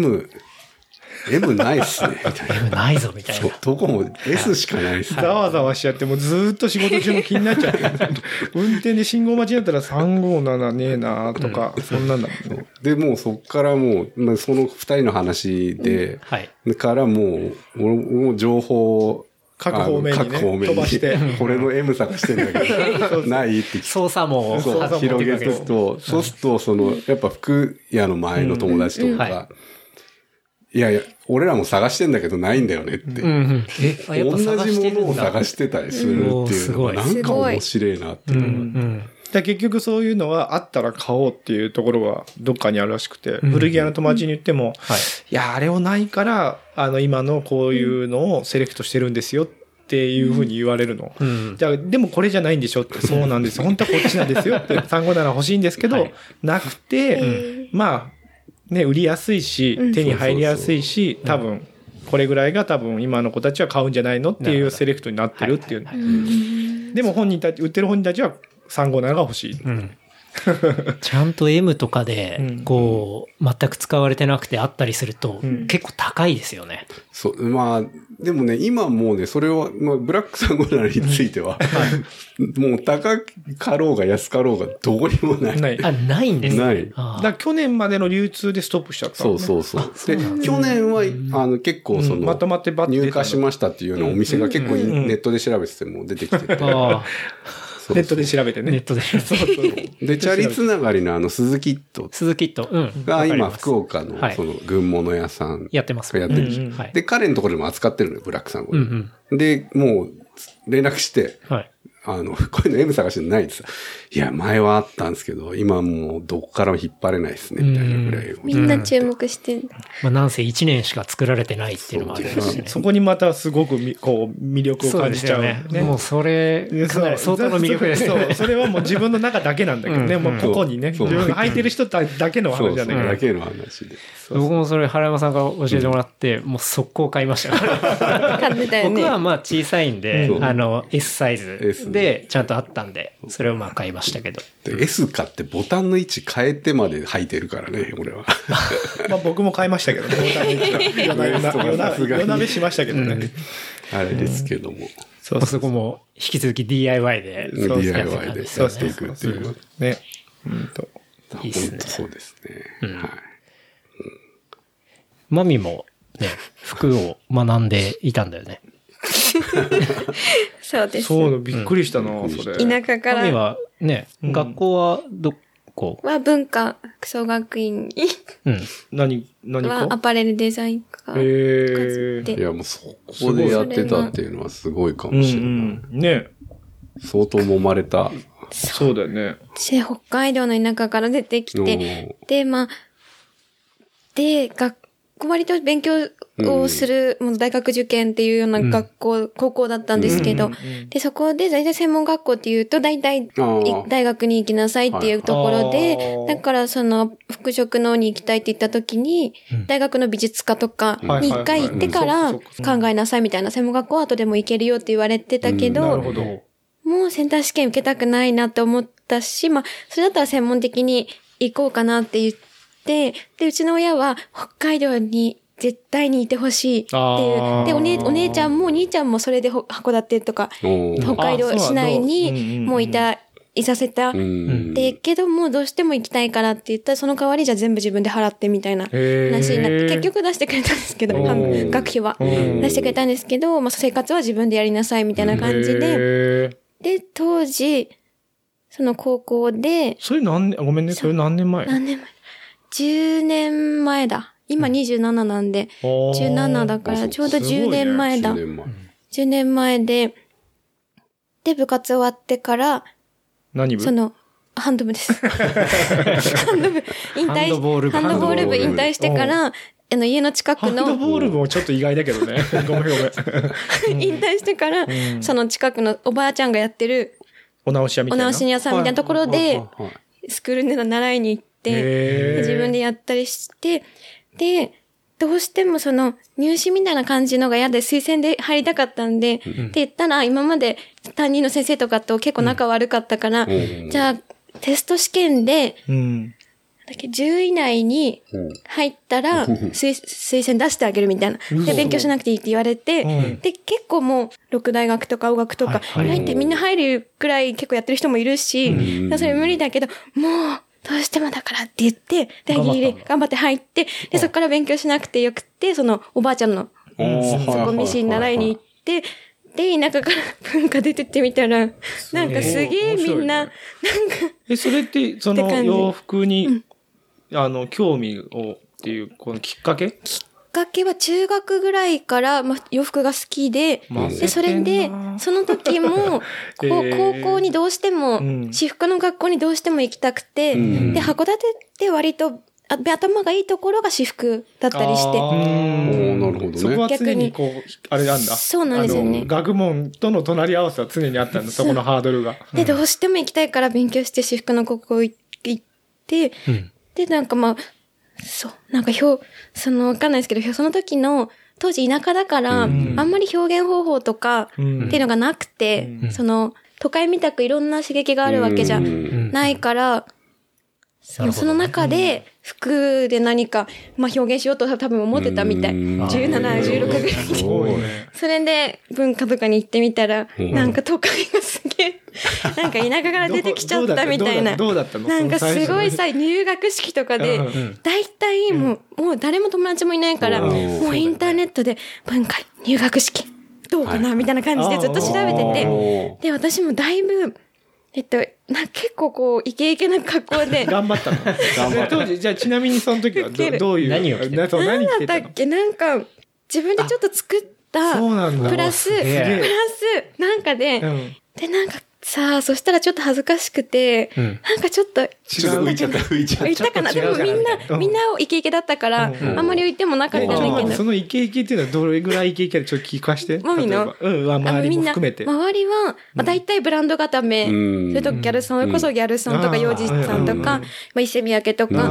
C: ?M、M ないっすね、みたいな。
B: M ないぞ、みたいな。そう、
C: どこも S しかないっすね。
D: ざわざわしちゃって、もうずーっと仕事中も気になっちゃって。運転で信号待ちだったらさんごーななねえなーとか、そんなんだもんね。
C: で、もうそっからもう、まあ、その二人の話で、はい。からもう、もう情報を、
D: 各方面にね、各方面に飛ばして。
C: これの M 探してんだけど、ないって
B: 操作も
C: 広げると、そうすると、その、やっぱ服屋の前の友達とか、いやいや、俺らも探してんだけどないんだよねって。うんうん、え、同じものを探してたりするっていうのがなんか面白いなっていうのが、うんうん。
D: だ結局そういうのはあったら買おうっていうところはどっかにあるらしくて、うん、古着屋の友達に言っても、はい、いや、あれをないから、あの、今のこういうのをセレクトしてるんですよっていうふうに言われるの。うん、じゃあ、でもこれじゃないんでしょって、そうなんですよ。本当はこっちなんですよって、さんごーなな欲しいんですけど、はい、なくて、うん、まあ、ね、売りやすいし、手に入りやすいし、多分、これぐらいが多分今の子たちは買うんじゃないのっていうセレクトになってるっていう。でも本人たち、売ってる本人たちはさんごーななが欲しい。うん、
B: ちゃんと M とかで、こう、全く使われてなくてあったりすると、結構高いですよね。
C: そう、まあ、でもね、今もうね、それは、まあ、ブラックさんごーななについては、もう高かろうが安かろうがどこにもない。
D: ない。
B: あ、ないんですね。
C: ない。
D: だから去年までの流通でストップしちゃった、
C: ね。そうそうそう。で、去年は、あの、結構その、
D: まとまってバッて
C: 入荷しましたっていうようなお店が結構ネットで調べてても出てきてて。
D: ネットで調べてね。
B: ネットで。そうそう。
C: で、チャリつながりのあの、鈴木ット。
B: 鈴木ット。うん。
C: が今、福岡の、その、軍物屋さん。
B: やってます。
C: やってるし。で、彼のところでも扱ってるのよ、ブラックさんごー。で、もう、連絡して、はい。 あの、こういうの M 探してないです。いや、前はあったんですけど、今もうどこからも引っ張れないですね、みたいなぐらい。
E: みんな注目してる。
B: まあ、なんせいちねんしか作られてないっていうのもあるしね。
D: そこにまたすごくみこう魅力を感じちゃう。
B: そうですよね。もうそれ、かなり相当の魅力ですね。
D: そう、それはもう自分の中だけなんだけどね、もうここにね、自分が履いてる人だけの話じゃない
C: だけの話で。
B: 僕もそれ原山さんから教えてもらって、もう速攻買いました。
E: 買ってたよね。
B: 僕はまあ小さいんで、あの S サイズでちゃんとあったんで、それをまあ買いましたけど。
C: で S 買ってボタンの位置変えてまで履いてるからね、俺は。
D: まあ僕も買いましたけどね、ボタンの位置。夜なべしましたけどね。
C: あれですけども。
B: そうそこも引き続き ディーアイワイ で。
C: ディーアイワイ でやっていくっていう。
D: ね。うんと。
B: いいですね。
C: そうですね。はい。
B: マミもね、服を学んでいたんだよね。
E: そうです。
D: そう、びっくりしたな、それ。
E: 田舎から。
B: マミはね、学校はどこ
E: は文化総学院に。
B: うん。
D: 何、何
E: はアパレルデザイン科。
D: へー。
C: いや、もうそこでやってたっていうのはすごいかもしれない。
D: ね。
C: 相当揉まれた。
D: そうだよね。
E: で、北海道の田舎から出てきて、で、まあ、で、学割と勉強をする、もう大学受験っていうような学校、うん、高校だったんですけど、うんうんうん、で、そこで大体専門学校っていうと、大体大学に行きなさいっていうところで、だからその服飾のに行きたいって言った時に、うん、大学の美術科とかに一回行ってから考えなさいみたいな、専門学校は後でも行けるよって言われてたけど、うん、なるほど。もうセンター試験受けたくないなって思ったし、まあ、それだったら専門的に行こうかなって言って、で、で、うちの親は北海道に絶対にいてほしいっていう。で、お姉、お姉ちゃんもお兄ちゃんもそれで函館とか、北海道市内にもういた、いさせた。で、けどもどうしても行きたいからって言ったら、その代わりじゃ全部自分で払ってみたいな話になって、結局出してくれたんですけど、学費は。出してくれたんですけど、まあ、生活は自分でやりなさいみたいな感じで。で、当時、その高校で。
D: それ何年、ごめんね、それ何年前
E: 何年前じゅうねんまえだ。今にじゅうなななんで、じゅうななだからちょうどじゅうねんまえだ。じゅうねんまえで、で、部活終わってから、
D: 何部？
E: その、ハンド部です。ハンド部、引退、ハンドボール部、ハンドボール部引退してから、あの、家の近くの。
D: ハンドボール部もちょっと意外だけどね。ごめんごめ
E: ん。引退してから、うん、その近くのおばあちゃんがやってる、
D: お直し屋みたいな。
E: お直し屋さんみたいなところで、スクールで習いに行って、自分でやったりして、で、どうしてもその入試みたいな感じのが嫌で推薦で入りたかったんで、うん、って言ったら今まで担任の先生とかと結構仲悪かったから、うん、じゃあテスト試験で、うん、だっけじゅうい以内に入ったら、うん、推, 推薦出してあげるみたいな。で、勉強しなくていいって言われて、うん、で、結構もう、六大学とか大学とか、入ってみんな入るくらい結構やってる人もいるし、うん、それ無理だけど、もう、どうしてもだからって言って、で、ギリギリ頑張って入って、で、そこから勉強しなくてよくて、その、おばあちゃんの、そこミシン習いに行って、で、田舎から文化出てってみたら、なんかすげえみんな、なんか。
D: え、それって、その洋服に、あの、興味をっていう、このきっかけ
E: きっかけは中学ぐらいから、まあ、洋服が好きで、で、それで、その時も、えー、高校にどうしても、うん、私服の学校にどうしても行きたくて、うん、で、函館って割と、あ頭がいいところが私服だったりして。
C: あー、なるほどね。
D: そこは常にこう、あれなんだ。
E: そうなんですよね。
D: 学問との隣り合わせは常にあったんだ、そこのハードルが。
E: で、どうしても行きたいから勉強して私服の高校行って、うん、で、なんかまあ、そう、なんか表、その、わかんないですけど、その時の、当時田舎だから、うん、あんまり表現方法とか、っていうのがなくて、うん、その、都会みたくいろんな刺激があるわけじゃないから、その、その中で、服で何か、まあ、表現しようと多分思ってたみたい。じゅうなな、じゅうろくぐらいに。それで、文化とかに行ってみたら、なんか都会がすげえ、なんか田舎から出てきちゃったみたいな。
D: どうだったの？
E: なんかすごいさ、入学式とかで、大体もう、もう誰も友達もいないから、もうインターネットで、文化入学式、どうかなみたいな感じでずっと調べてて、で、私もだいぶ、えっと、な結構こう、イケイケな格好で。
D: 頑張ったの頑張った。当時、じゃあちなみにその時はどどういう。
B: 何を着て
E: たの？何だったっけなんか、自分でちょっと作った、プラス、プラス、なんかで、うん、で、なんか、 さ、そしたらちょっと恥ずかしくて、うん、なんかちょっと、
C: ちょっと浮いちゃった、浮いちゃった。
E: 浮いたかな。でもみんな、みんなイケイケだったから、うん、あんまり浮いてもなかったんだけど。
D: そのイケイケっていうのはどれぐらいイケイケでちょっと聞かして。
E: マミの
D: うん、周りも含めて。
E: 周りは、まあ、大体ブランド固め、うん、それとギャルソン、それこそギャルソンとかヨウジさんとか、うん、まあ、伊勢三宅とか、うん、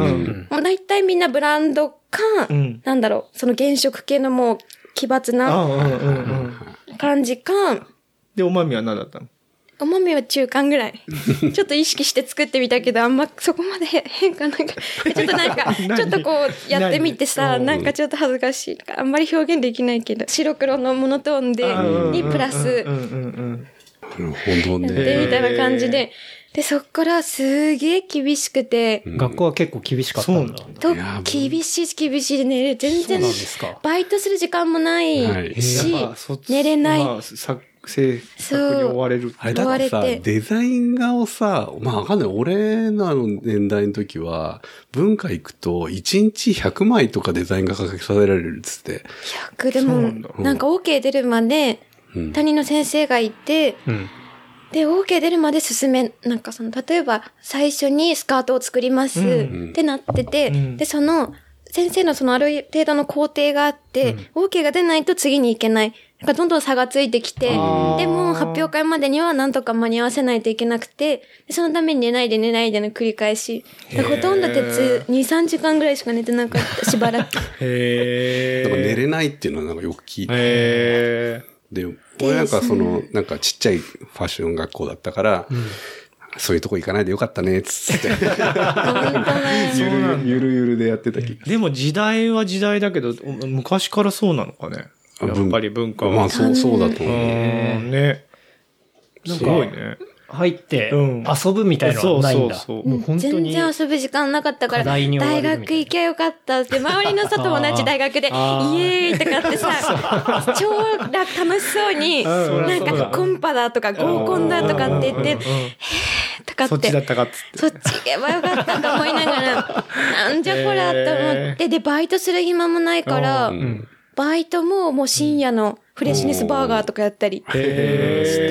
E: もう大体みんなブランドか、うん、なんだろう、その原色系のもう奇抜な感じか。
D: で、おまみは何だったの？
E: おまみは中間ぐらい。ちょっと意識して作ってみたけど、あんまそこまで変化なんか、ちょっとなんか、ちょっとこうやってみてさ、なんかちょっと恥ずかしい。あんまり表現できないけど、白黒のモノトーンで、にプラス、
C: なるほどね。
E: やってみたいな感じで、で、そっからすげえ厳しくて。
B: 学校は結構厳しかったんだ。
E: と、厳しい厳しいね。全然、バイトする時間もないし、寝れない。
D: 制作に追われる。
C: あれだからさ、デザイン画をさ、まあわかんない。俺のあの年代の時は、文化行くといちにちひゃくまいとかデザイン画描きさせられるっつって。
E: ひゃくでも、なんか OK 出るまで、担任の先生がいて、うん、で、OK 出るまで進め、なんかその、例えば最初にスカートを作りますってなってて、うんうん、で、その、先生のそのある程度の工程があって、うん、OK が出ないと次に行けない。なんかどんどん差がついてきて、でも発表会までにはなんとか間に合わせないといけなくて、そのために寝ないで寝ないでの繰り返し。ほとんど鉄に、さんじかんぐらいしか寝てなかった、しばらく。
C: へー。だから寝れないっていうのはなんかよく聞いて。へー。で、俺なんかその、なんかちっちゃいファッション学校だったから、うん、そういうとこ行かないでよかったね、つって。ゆるゆるゆるでやってた気が。
D: でも時代は時代だけど、昔からそうなのかね。やっぱり文化は。
C: まあそう、そうだと思う。
D: ね。すごいね。
B: 入って遊ぶみたいなのはないんだ。
E: そうそうそう。もう本当に全然遊ぶ時間なかったから、大学行きゃよかったって、周りの人友達大学で、イエーイとかってさ、超楽しそうに、なんかコンパだとか合コンだとかって言って、へーとかって。
D: そっちだったかっつって。
E: そっち行けばよかったと思いながら、なんじゃこらと思って、で、バイトする暇もないから、バイトももう深夜のフレッシュネスバーガーとかやったりして、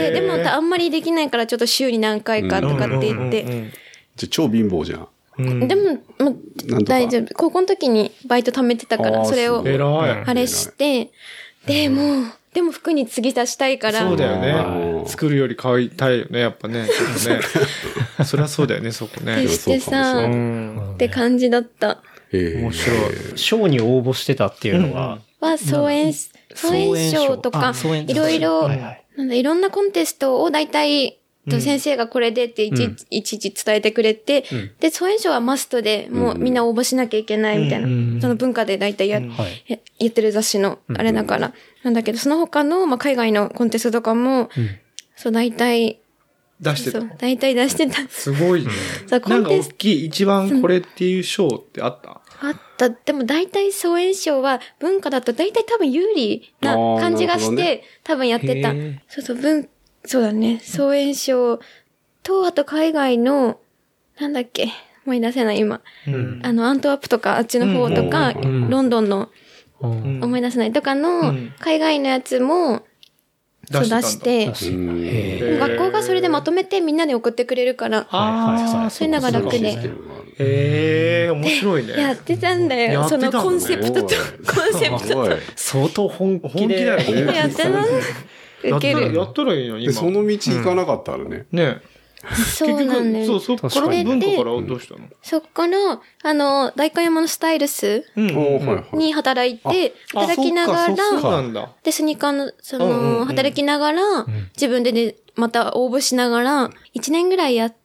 E: でもあんまりできないからちょっと週に何回かとかって言って。
C: じゃ超貧乏じゃん。
E: でも、もう大丈夫。高校の時にバイト貯めてたから、それをあれして、でも、でも服に継ぎ足したいから。
D: そうだよね。作るより買いたいよね、やっぱね。ちょっとね。そりゃそうだよね、そこね。
E: でしてさ、って感じだった。
B: 面白い。賞に応募してたっていうのは、
E: は、総演、総演賞とか、いろいろ、なんだ、いろんなコンテストを大体、先生がこれでっていちいちいち伝えてくれて、で、総演賞はマストで、もうみんな応募しなきゃいけないみたいな、その文化で大体や、言ってる雑誌の、あれだから、なんだけど、その他の、まあ、海外のコンテストとかも、そう、大体、
D: 出してた。
E: そう、大体出してた。
D: すごいね。そう、コンテスト。大きい、一番これっていう賞ってあった？
E: あった。でも大体総演賞は文化だと大体多分有利な感じがして、ね、多分やってた。そうそう、文、そうだね。総演賞と、あと海外の、なんだっけ、思い出せない今。うん、あの、アントワープとかあっちの方とか、うん、ロンドンの、うん、思い出せないとかの、海外のやつも、そう出して、学校がそれでまとめてみんなで送ってくれるから、あそういうのが楽で。
D: へえ、面白いね。
E: やってたんだよ。そのコンセプトと、コンセプトと。
B: 相当本気で。
E: やってた。
D: 受ける。やったらいいの今。
C: その道行かなかったらね。
D: ね。
E: そうなんです。
D: そう、そっから文化からどうしたの？
E: そっから、あの、代官山のスタイルスに働いて、働きながら、で、スニーカーの、その、働きながら、自分でね、また応募しながら、いちねんぐらいやって、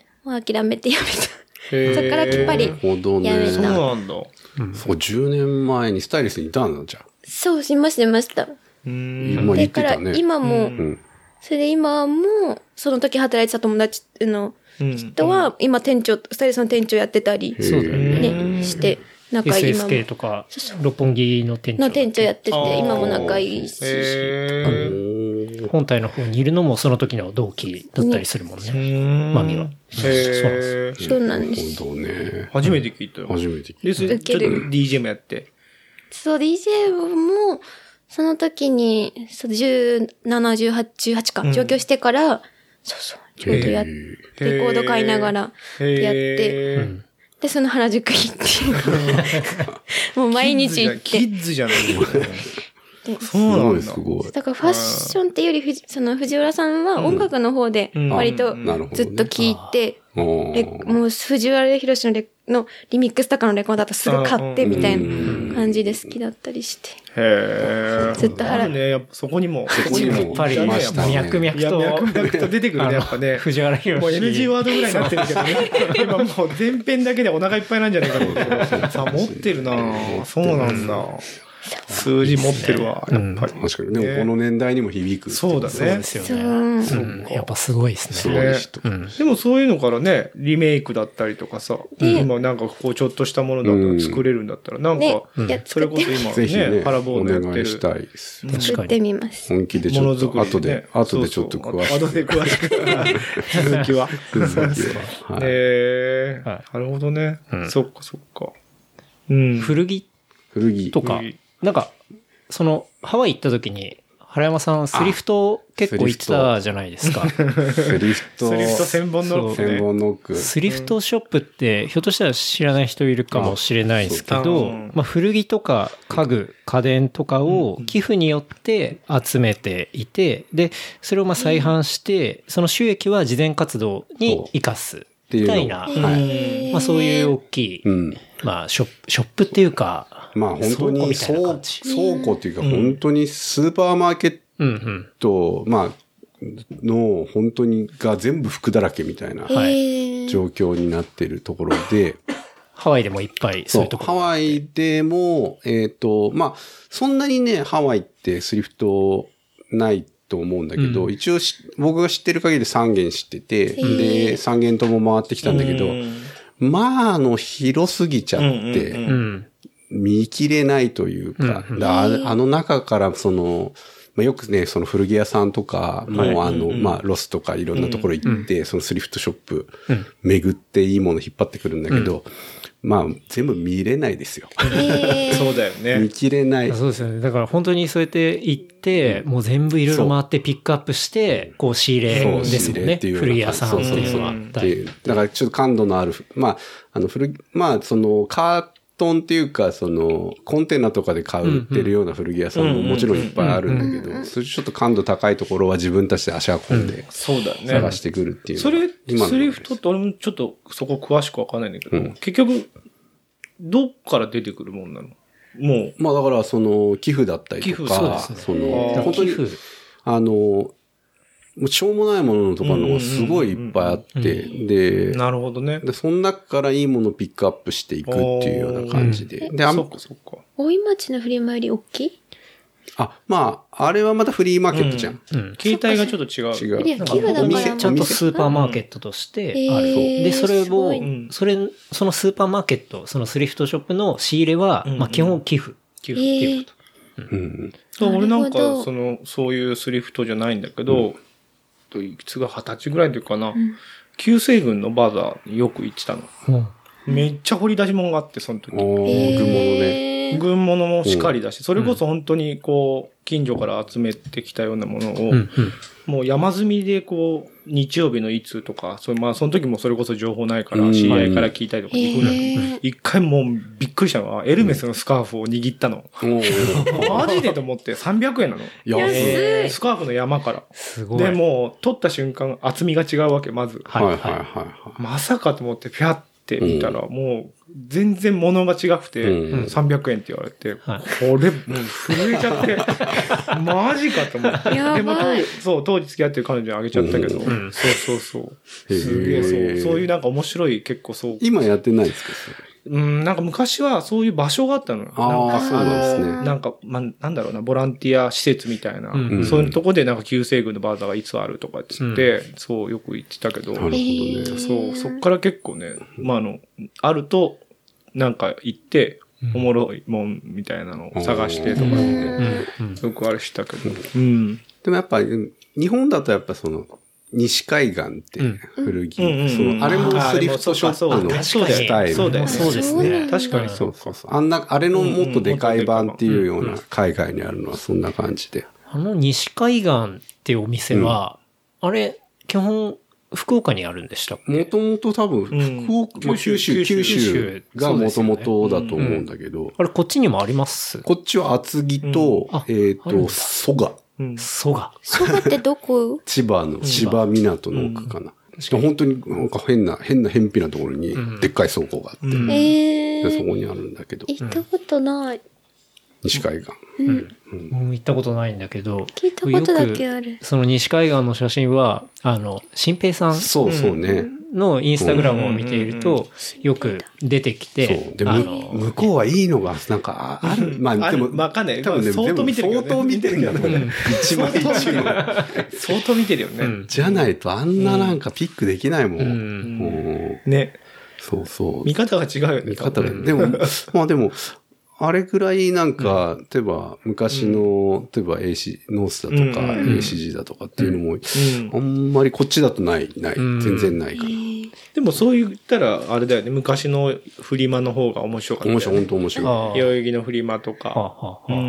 E: まあ諦めてやめた。そっからきっぱりやめた。
D: そうなんだ。
C: そう、じゅうねんまえにスタイリストにいたんだ、じゃあ。
E: そう、いました、いました。
C: 今言ってたね。
E: 今も、それで今も、その時働いてた友達の人は、今店長、スタイリストの店長やってたり、ね、して、
B: 仲いい。エスエスケー とか、六本木の店長。
E: の店長やってて、今も仲いいし。
B: 本体の方にいるのもその時の同期だったりするもんね。マミは。
E: そうなんです。
C: そうね。
D: 初めて聞いたよ。
C: 初めて聞
D: いた。ちょっと ディージェー もやって。
E: そう、ディージェー も、その時に、じゅうなな、じゅうはち、じゅうはちか、上京してから、 そうそう。ちょうどやっ、レコード買いながらやって、で、その原宿行って、もう毎日行って。
D: キッズじゃないですか。そうなんだ。すごい。
E: だからファッションっていうより、その藤原さんは音楽の方で割とずっと聴いて、もう藤原宏のレのリミックスとかのレコードだとすぐ買ってみたいな感じで好きだったりして。
D: へー。
E: ずっと原
D: 宿。ね、やっぱそこにも。
B: そこにも。やっぱり、脈々と。
D: 脈々と出てくるね、やっぱね。
B: 藤原宏。
D: もう エヌジー ワードぐらいになってるけどね。今もう前編だけでお腹いっぱいなんじゃないかと思って。さあ、持ってるなぁ。そうなんだ。数字持ってるわ、やっぱり。
C: 確かに。でもこの年代にも響く。
D: そうだね。
B: そうですよね。やっぱすごいですね。
C: すごい人。
D: でもそういうのからね、リメイクだったりとかさ、今なんかこうちょっとしたものだと作れるんだったら、なんか、それこそ今ね、パラボードやってる。
C: したいです。
E: 作ってみます。
C: 本気でちょっと、後で、後でちょっと詳しく。
D: 後で詳しく。続きは。
C: 続き
D: は。えー、なるほどね。そっかそっか。
B: うん。古着
C: 古着
B: とか、なんか、その、ハワイ行った時に、原山さん、スリフト結構行ってたじゃないですか。
C: スリフト。
D: スリフト千本ノック。
C: 千本ノック。
B: スリフトショップって、ひょっとしたら知らない人いるかもしれないですけど、まあ古着とか家具、家電とかを寄付によって集めていて、で、それをまあ再販して、その収益は慈善活動に生かす。みたいな、はい。まあそういう大きい、まあショップ、ショップっていうか、
C: まあ本当に倉庫倉庫っていうか本当にスーパーマーケット、まあ、の本当にが全部服だらけみたいな状況になっているところで、
B: ハワイでもいっぱいそういうところ。
C: ハワイでも、えっと、まあ、そんなにね、ハワイってスリフトないと思うんだけど、うん、一応僕が知ってる限りさん軒知ってて、で、さん軒とも回ってきたんだけど、まあ、あの、広すぎちゃって、うんうん見切れないというか、うんうん、あ, あの中からその、まあ、よくね、その古着屋さんとか、もうあの、はい、まあ、ロスとかいろんなところ行って、うん、そのスリフトショップ、うん、巡っていいもの引っ張ってくるんだけど、うん、まあ、全部見れないですよ。
D: そうだよね。
C: 見切れない。
B: そうですよね。だから本当にそうやって行って、もう全部いろいろ回ってピックアップして、こう仕入れですもんね。古着屋さんっていうのは。
C: だからちょっと感度のある、まあ、あの古着、まあ、その、カートンっていうか、その、コンテナとかで買うってるような古着屋さんももちろんいっぱいあるんだけど、それちょっと感度高いところは自分たちで足運んで、
D: そうだね。
C: 探してくるっていう。
D: それ、スリフトって俺もちょっとそこ詳しくわかんないんだけど、うん、結局、どっから出てくるもんなの？もう。
C: まあだからその、寄付だったりとか、そうですね、その、本当に、あの、もうしょうもないものとかのがすごいいっぱいあって、で、
D: なるほどね。
C: で、その中からいいものをピックアップしていくっていうような感じで。で、
D: あそっかそっか。
E: 大井町のフリマより大きい？
C: あ、まあ、あれはまたフリーマーケットじゃん。
D: うん。うん、形態がちょっと違う。
C: 違う。
E: いや、寄付だから
B: ちゃんとスーパーマーケットとしてある。うん、で、それを、それ、そのスーパーマーケット、そのスリフトショップの仕入れは、うん、まあ基本寄付。寄付っていうこと。
C: うん。
D: うん、俺なんか、その、そういうスリフトじゃないんだけど、うん、いつが二十歳ぐらいの時かな、うん、旧西軍のバザーによく行ってたの。うん、めっちゃ掘り出し物があって、その時。
C: 軍物ね。
D: 軍物もしっかりだし、それこそ本当にこう、近所から集めてきたようなものを、うんうん、もう山積みでこう、日曜日のいつとか、それまあその時もそれこそ情報ないから、知り合いから聞いたりとか行くんだけど、一回もうびっくりしたのは、エルメスのスカーフを握ったの。うん、マジでと思ってさんびゃくえんなの。
E: 安い。
D: スカーフの山から。
B: すごい。
D: で、もう取った瞬間厚みが違うわけ、まず。
C: はいはいはいはい。
D: まさかと思ってピャって見たら、もう、全然物が違くて、うん、さんびゃくえんって言われて、はい、これ、もう震えちゃって、マジかと思って。でも当時、そう、当時付き合ってる彼女にあげちゃったけど、うん、そうそうそう。すげえ、そう。そういうなんか面白い結構そう。
C: 今やってないですかそれ
D: うん、なんか昔はそういう場所があったのよ。
C: ああ、そうなんですね。
D: なんか、まあ、なんだろうな、ボランティア施設みたいな、うん、そういうとこでなんか旧西軍のバーザーがいつあるとかって言って、うん、そうよく言ってたけど、
C: なるほどね。
D: そう、そっから結構ね、まあ、あの、あると、なんか行って、おもろいもんみたいなのを探してとかって、よくあれしたけど。うん。
C: でもやっぱり、日本だとやっぱその、西海岸って古着、うん、そのあれもスリフトショップのスタイル。
D: そうだよね。
B: そうですね。
D: 確かに
C: そうそうそう。あんな、あれのもっとでかい版っていうような海外にあるのはそんな感じで。
B: あの西海岸っていうお店は、うん、あれ、 基本、福岡にあるんでしたっけ？
C: もともと多分、福岡、まあ九州、九州がもともとだと思うんだけど。
B: あれ、こっちにもあります？
C: こっちは厚木と、えっと、蘇我。
B: 蘇我。
E: 蘇我ってどこ？
C: 千葉の、千葉港の奥かな。本当になんか変な、変な、偏僻なところに、でっかい倉庫があって、うん、えー、そこにあるんだけど。
E: 行ったことない。
C: 西海岸。
B: うん。うん、行ったことないんだけど。
E: 聞いたことだけある。
B: その西海岸の写真は、あの、新平さん。
C: そうそうね。
B: のインスタグラムを見ていると、よく出てきて。
C: そう。で、向こうはいいのが、なんか、ある。まあ、でも、
D: わかんない。
C: 多分ね、
D: 相当見てるよね。
C: 相当見てるよね。一枚一枚。
D: 相当見てるよね。
C: じゃないと、あんななんかピックできないもん。
D: ね。
C: そうそう。
D: 見方が違うよね。
C: 見方が。でも、まあでも、あれぐらいなんか、うん、例えば昔の、うん、例えば エーシー、ノースだとか、うん、エーシージー だとかっていうのも、うん、あんまりこっちだとない、ない、うん、全然ないから。
D: でもそう言ったら、あれだよね、昔のフリマの方が面白かった、ね。
C: 面白い、本当面白い。
D: 代々木のフリマとか、はあはあうん、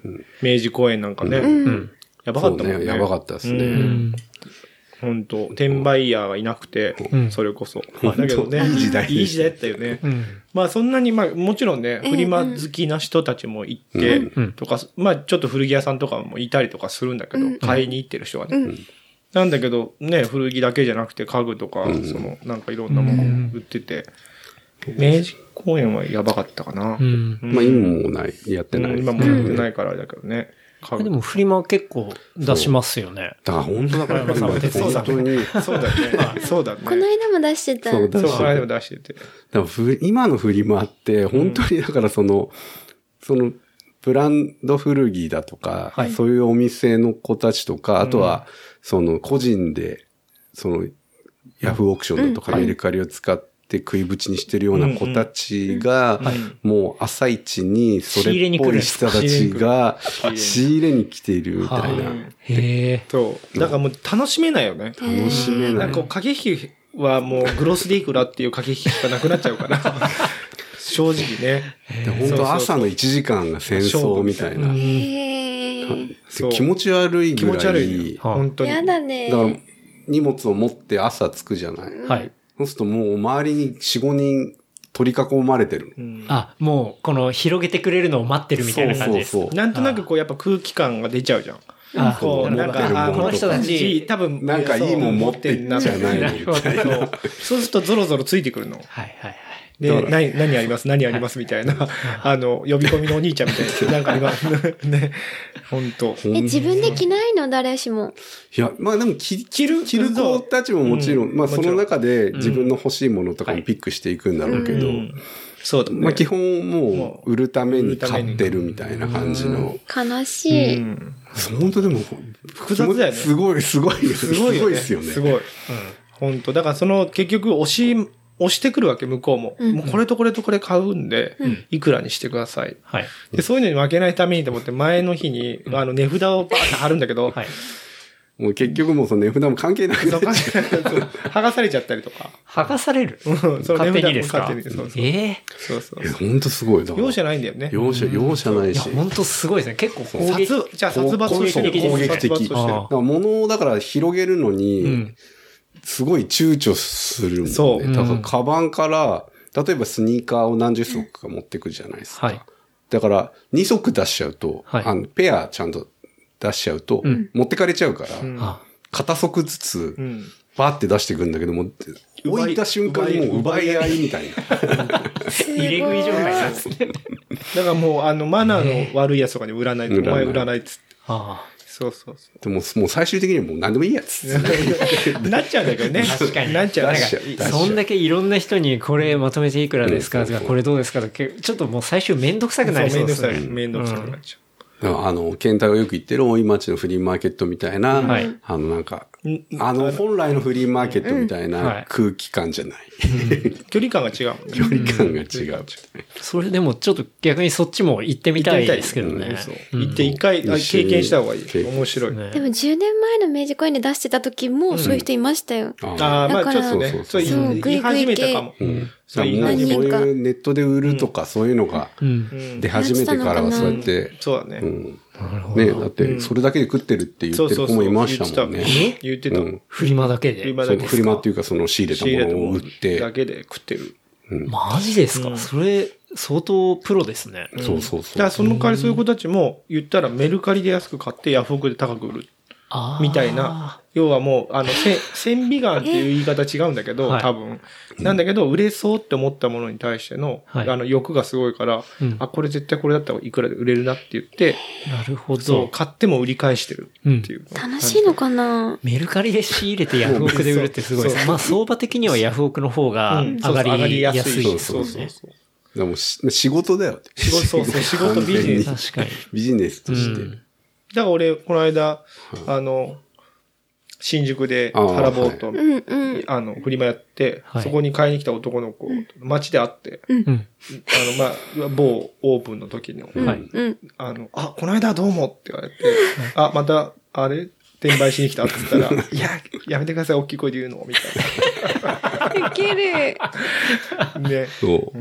D: 明治公園なんかね、うんうん、やばかったもんね。
C: ねやばかったですね。
D: うん本当転売ヤーがいなくて、うん、それこそ。だけどね、いい時代。いい時代だったよね。うん、まあそんなに、まあもちろんね、フリマ好きな人たちもいて、うん、とか、まあちょっと古着屋さんとかもいたりとかするんだけど、うん、買いに行ってる人はね。うん、なんだけど、ね、古着だけじゃなくて家具とか、うん、その、なんかいろんなもの売ってて、うん、明治公園はやばかったかな。
C: うんうん、まあ今もない、やってない、
D: うん。今もやってないからだけどね。
B: でもフリマ結構出しますよね。
C: だから本当だから
D: 本当に。そうだね。そうだね。
E: この間も出してた。
C: そう、
D: この間も出してて。
C: だから今のフリマって本当にだからその、そのブランド古着だとか、そういうお店の子たちとか、あとはその個人でそのヤフーオークションだとかメルカリを使って食いぶちにしてるような子たちが、もう朝一にそれっぽい人たちが仕入れに来ているみたいな。
B: へ
D: ー。そう。だからもう楽しめないよね。
C: 楽しめない。
D: なんかこう駆け引きはもうグロスでいくらっていう駆け引きしかなくなっちゃうから。正直ね。
C: 本当朝のいちじかんが戦争みたいな。気持ち悪いぐらい。
D: 気持ち悪い。本当に。
E: やだね。
C: だから荷物を持って朝着くじゃない。
B: はい。
C: そうするともう周りによん、ごにん取り囲まれてる。
B: うん、あ、もうこの広げてくれるのを待ってるみたいな感じです。
C: そうそうそう。
D: なんとなくこうやっぱ空気感が出ちゃうじゃん。
B: あ
D: こう、なんか、あこの人たち、多分、
C: なんかいいもん持ってんじゃないのみたいな。
D: そうするとゾロゾロついてくるの。
B: はいはいはい。
D: で、何、何あります何ありますみたいな、あの、呼び込みのお兄ちゃんみたいな、なんかありますね。本当。
E: え、自分で着ないの誰しも。
C: いや、まあでも着、着る、着る子たちももちろん、まあその中で自分の欲しいものとかにピックしていくんだろうけど、
D: そうだね。
C: まあ基本もう売るために買ってるみたいな感じの。
E: 悲しい。
C: 本当でも、
D: 複雑だよね。
C: すごい、すごい。
D: すごい
C: ですよね。
D: すごい。本当だからその結局押し、押してくるわけ、向こうも。うん、もうこれとこれとこれ買うんで、うん、いくらにしてください。はい。で、そういうのに負けないためにと思って、前の日に、あの、値札をバーって貼るんだけど、はい。
C: もう結局もうその値札も関係なくなっちゃう。
D: 剥がされちゃったりとか。
B: 剥がされる
D: うん。その
B: 勝手にですか？
D: 勝手に。そうそう。
B: ええ
D: ー。そうそう。
C: え、ほんとすごいな。
D: 容赦ないんだよね。
C: 容赦、容赦ないし。
B: いや、ほんとすごいですね。結構攻撃。
D: じゃあ殺伐してる。
C: 攻撃的。だから物をだから広げるのに、うんすごい躊躇するもんね。そう。だから、カバンから、例えばスニーカーを何十足か持ってくるじゃないですか。はい。だから、に足出しちゃうと、はい、あの、ペアちゃんと出しちゃうと、うん、持ってかれちゃうから、うん、片足ずつ、バーって出してくるんだけども、置いた瞬間にもう奪い合いみたいな。
B: 入れ食い状態なんですね。
D: だからもう、あの、マナーの悪いやつとかに売らないと、お前売らないっつって。ああそうそうそう。
C: でも、もう最終的にはもう何でもいいやつ。
D: なっちゃうんだけどね。
B: 確かに。
D: なっちゃう。
B: そんだけいろんな人にこれまとめていくらですかとか、これどうですかとか、ちょっともう最終めんどくさくなりそうですね。
D: めんどくさくなっちゃう。
C: あの、ケンタがよく言ってる大井町のフリーマーケットみたいな、はい、あのなんか、あの本来のフリーマーケットみたいな空気感じゃない。
D: うん、距離感が違う。
C: 距離感が違う。
B: それでもちょっと逆にそっちも行ってみたいですけどね。
D: 行って一回経験した方がいい。面白い。
E: でもじゅうねんまえの明治公園で出してた時もそういう人いましたよ。
D: ああ、まあちょっとね。そう、言い始めたかも。
C: そういうネットで売るとかそういうのが出始めてからはそうやって。
D: そうだね。
C: ね、だって、それだけで食ってるって言ってる子もいましたもんね。
D: 言ってた。
B: フリマだけで。
D: フリマだけで。
C: フリマっていうか、その仕入れたものを売って。
D: だけで食ってる。
B: マジですか？それ、相当プロですね。
C: そうそうそう。
D: だからその代わりそういう子たちも、言ったらメルカリで安く買ってヤフオクで高く売る。みたいな。要はもう、あの、千美眼っていう言い方違うんだけど、多分。なんだけど、売れそうって思ったものに対しての、あの、欲がすごいから、あ、これ絶対これだったらいくらで売れるなって言って、
B: なるほど。
D: そう、買っても売り返してるっていう。
E: 楽しいのかな？
B: メルカリで仕入れてヤフオクで売るってすごいです。まあ、相場的にはヤフオクの方が上がりやすいですもんね。
C: でも仕事だよ。
D: 仕事、そうそう、仕事ビジネス。
B: 確かに。
C: ビジネスとして。
D: だから俺、この間、あの、新宿で原坊と、あの、フリマやって、そこに買いに来た男の子、街で会って、あの、まあ、某オープンの時の、あの、あ、この間どうもって言われて、あ、また、あれ転売しに来たって言ったら、いや、やめてください、大きい声で言うの、みたいな。
E: ウケる。
D: ね。
C: そう。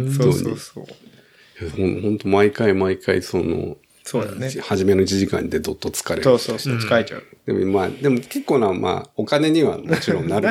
D: そうそうそう。
C: ほんと、毎回毎回、その、
D: そうだね。
C: 初めのいちじかんでどっと疲れる。
D: そうそうそう、疲れちゃう。
C: でもまあ、でも結構な、まあ、お金にはもちろんなるから。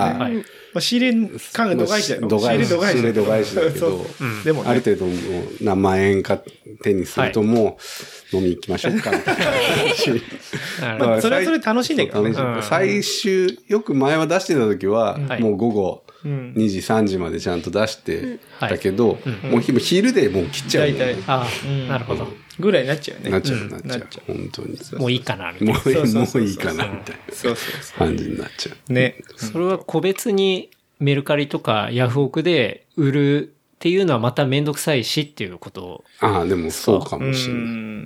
D: まあ、仕入れ感が度外視だよ。
C: 度外視。仕入れ度外視だけど、
D: でも
C: ある程度もう何万円か手にするともう飲み行きましょうかみたいな
D: 話。それはそれ楽しいんだけどね。
C: 最終、よく前は出してた時は、もう午後にじ、さんじまでちゃんと出してたけど、もう昼でもう切っちゃう。
D: 大体。
B: ああ、なるほど。
D: ぐらいになっちゃうよね。
C: なっちゃう、なっちゃう。本当に。
B: もういいかな、みたい
C: な。もういいかな、みたいな感じになっちゃ
D: う。ね。
B: それは個別にメルカリとかヤフオクで売るっていうのはまためんどくさいしっていうことを。
C: ああ、でもそうかもしれない。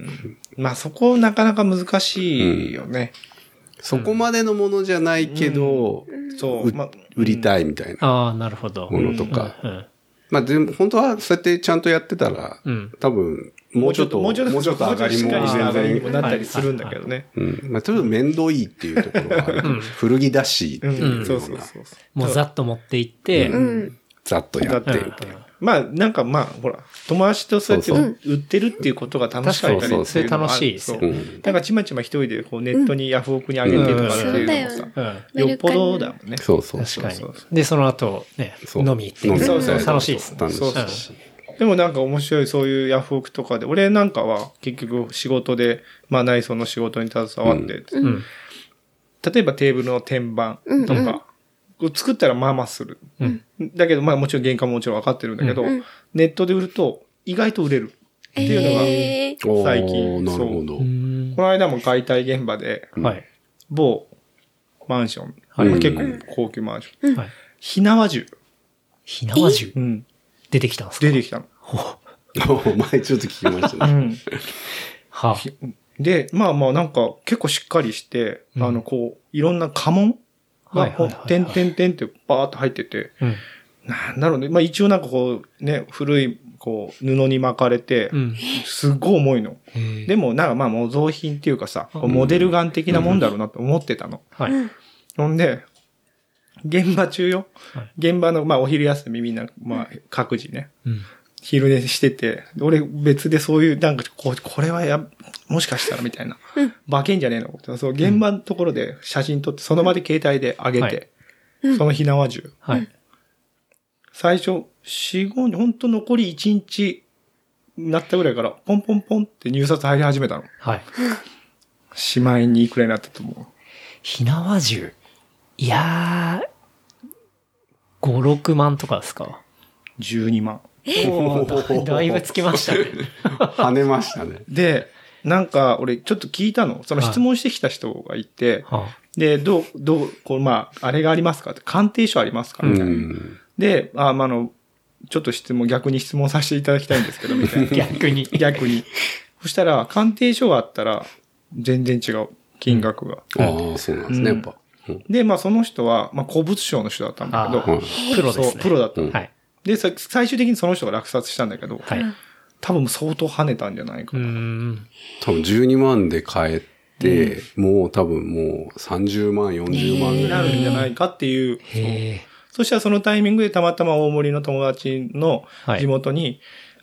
D: まあそこなかなか難しいよね。
C: そこまでのものじゃないけど、そう、売りたいみたいな。
B: ああ、なるほど。
C: ものとか。まあでも本当はそうやってちゃんとやってたら、多分、もうちょっと、もうちょっと上がりも全然
D: にもなったりするんだけどね。
C: うん。まあ、とりあえず面倒いいっていうところがある。古着だしっていうような。そうそうそう。
B: もうざっと持っていって、
C: ざっとやって。
D: まあ、なんかまあ、ほら、友達とそうやって売ってるっていうことが楽しかったり
B: そうそう、楽しいですよ。
D: なんかちまちま一人でこうネットにヤフオクに上げてとかっていうのもさ、よっぽどだもんね。
C: そうそう。
B: 確かに。で、その後、ね、飲み行って。そうそう、楽しいですね。そうそう。
D: でもなんか面白いそういうヤフオクとかで、俺なんかは結局仕事で、まあ内装の仕事に携わって、うん、例えばテーブルの天板とか、うん、作ったらまあまあする。うん、だけどまあもちろん原価ももちろん分かってるんだけど、うん、ネットで売ると意外と売れるっていうのが最近。
C: えー、なるほど。
D: この間も解体現場で、はい、某マンション、はい、結構高級マンション。はい、ひなわ銃。
B: ひなわ銃、
D: うん、
B: 出てきたんですか？
D: 出てきたの。
C: 前ちょっと聞きましたね。うん、
D: はあ、で、まあまあなんか結構しっかりして、うん、あのこう、いろんな家紋が、てんてんてんってバーっと入ってて、うん、なんだろうね。まあ一応なんかこう、ね、古い、こう、布に巻かれて、うん、すっごい重いの。でもなんかまあ模造品っていうかさ、うん、モデルガン的なもんだろうなと思ってたの。うん、はい。ほんで、現場中よ。はい、現場の、まあお昼休みみんな、まあ各自ね。うん昼寝してて、俺別でそういう、なんかこう、これはや、もしかしたらみたいな。うん、馬券じゃねえの。そう、現場のところで写真撮って、その場で携帯で上げて、はい、その火縄銃。はい。最初、よん、ご、ほんと残りいちにちになったぐらいから、ポンポンポンって入札入り始めたの。はい。しまいにいくらいになったと思う。
B: 火縄銃。いやー、ご、ろくまんとかですか？
D: じゅうにまん。
B: おー、だいぶつきましたね。
C: 跳ねましたね。
D: で、なんか、俺ちょっと聞いたの。その質問してきた人がいて、はあ、で、どう、どう、こう、まあ、あれがありますかって、鑑定書ありますかみたいな。で、あ、まあ、あの、ちょっと質問、逆に質問させていただきたいんですけど、みたいな。
B: 逆に。
D: 逆に。そしたら、鑑定書があったら、全然違う。金額が。
C: うん、ああ、そうなんですね、やっぱ。
D: うん、で、まあ、その人は、まあ、古物商の人だったんだけど、
B: プロですね。
D: そう、プロだったの。
B: はい。
D: で、最終的にその人が落札したんだけど、はい、多分相当跳ねたんじゃないかな。うん
C: 多分じゅうにまんで買えて、うん、もう多分もうさんじゅうまん、よんじゅうまんぐらい。
D: になるんじゃないかっていう。そうそしたらそのタイミングでたまたま大森の友達の地元に、はい、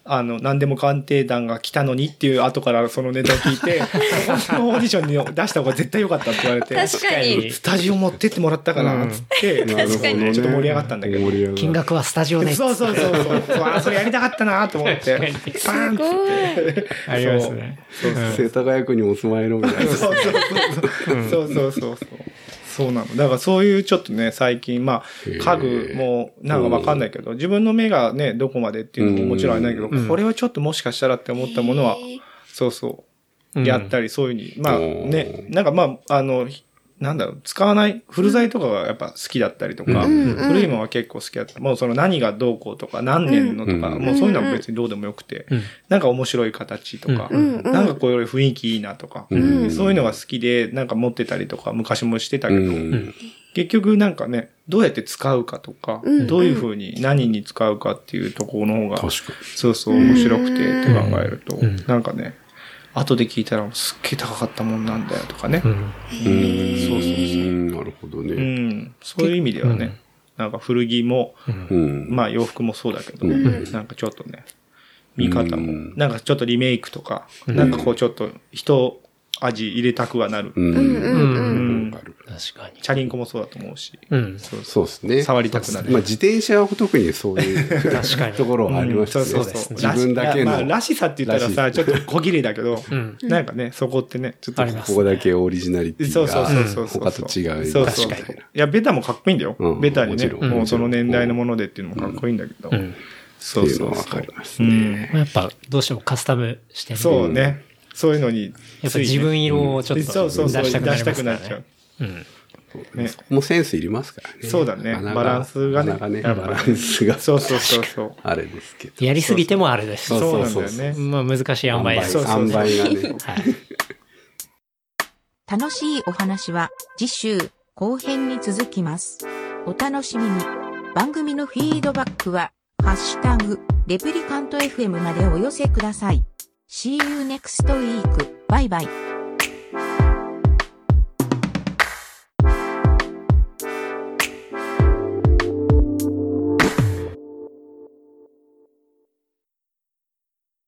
D: あの、何でも鑑定団が来たのにっていう後からそのネタを聞いて、そのオーディションに出した方が絶対良かったって言われて、
E: 確かに。
D: スタジオ持ってってもらったから、つって、
E: 確かに
D: ちょっと盛り上がったんだけど。
B: 金額はスタジオで。
D: そうそうそうそう。あ、それやりたかったなと思って。
E: すごい。
B: ありますね。
C: 世田谷区にお住まいのみたいな。
D: そうそうそう。そうそうそう。そうなの。だからそういうちょっとね、最近、まあ、家具もなんかわかんないけど、自分の目がね、どこまでっていうのももちろんあれないけど、これはちょっともしかしたらって思ったものは、そうそう、やったり、そういうふうに、まあね、なんかまあ、あの、なんだろう、使わない、古材とかがやっぱ好きだったりとか、古いものは結構好きだった。もうその何がどうこうとか、何年のとか、もうそういうのは別にどうでもよくて、なんか面白い形とか、なんかこういう雰囲気いいなとか、そういうのが好きで、なんか持ってたりとか、昔もしてたけど、結局なんかね、どうやって使うかとか、どういうふうに何に使うかっていうところの方が、そうそう面白くてって考えると、なんかね、後で聞いたらすっげえ高かったもんなんだよとかね。うん。そうそうそう。
C: なるほどね。
D: うん。そういう意味ではね、うん、なんか古着も、うん、まあ洋服もそうだけど、うん、なんかちょっとね、見方も、うん、なんかちょっとリメイクとか、うん、なんかこうちょっと人味入れたくはなる。うん。うん。うん
B: 確かに。
D: チャリンコもそうだと思うし。
C: うん。そうそうですね。
D: 触りたくなる。
C: まあ自転車は特にそういう確かにところはありましたね。
D: そうそうそう。
C: 自分だけの。
D: まあらしさって言ったらさ、ちょっと小切れだけど、なんかね、そこってね、
C: ちょっとここだけオリジナリティが他と違う。
D: そうそう。いや、ベタもかっこいいんだよ。ベタにね、もうその年代のものでっていうのもかっこいいんだけど。そうそう。わかりますね。
B: やっぱどうしてもカスタムしてね。
D: そうね。そういうのに。
B: やっぱ自分色をちょっと出したくなっちゃう。うん。
C: ね、もうセンスいりますからね。
D: そうだね。バランスがね。
C: バランスが。
D: そうそうそうそう。
C: あれですけど。
B: やりすぎてもあれですし。
D: そうなんだよね。
B: まあ難しい塩梅です。
C: 塩梅がね。
F: 楽しいお話は次週後編に続きます。お楽しみに。番組のフィードバックはハッシュタグレプリカント エフエム までお寄せください。See you next week. バイバイ。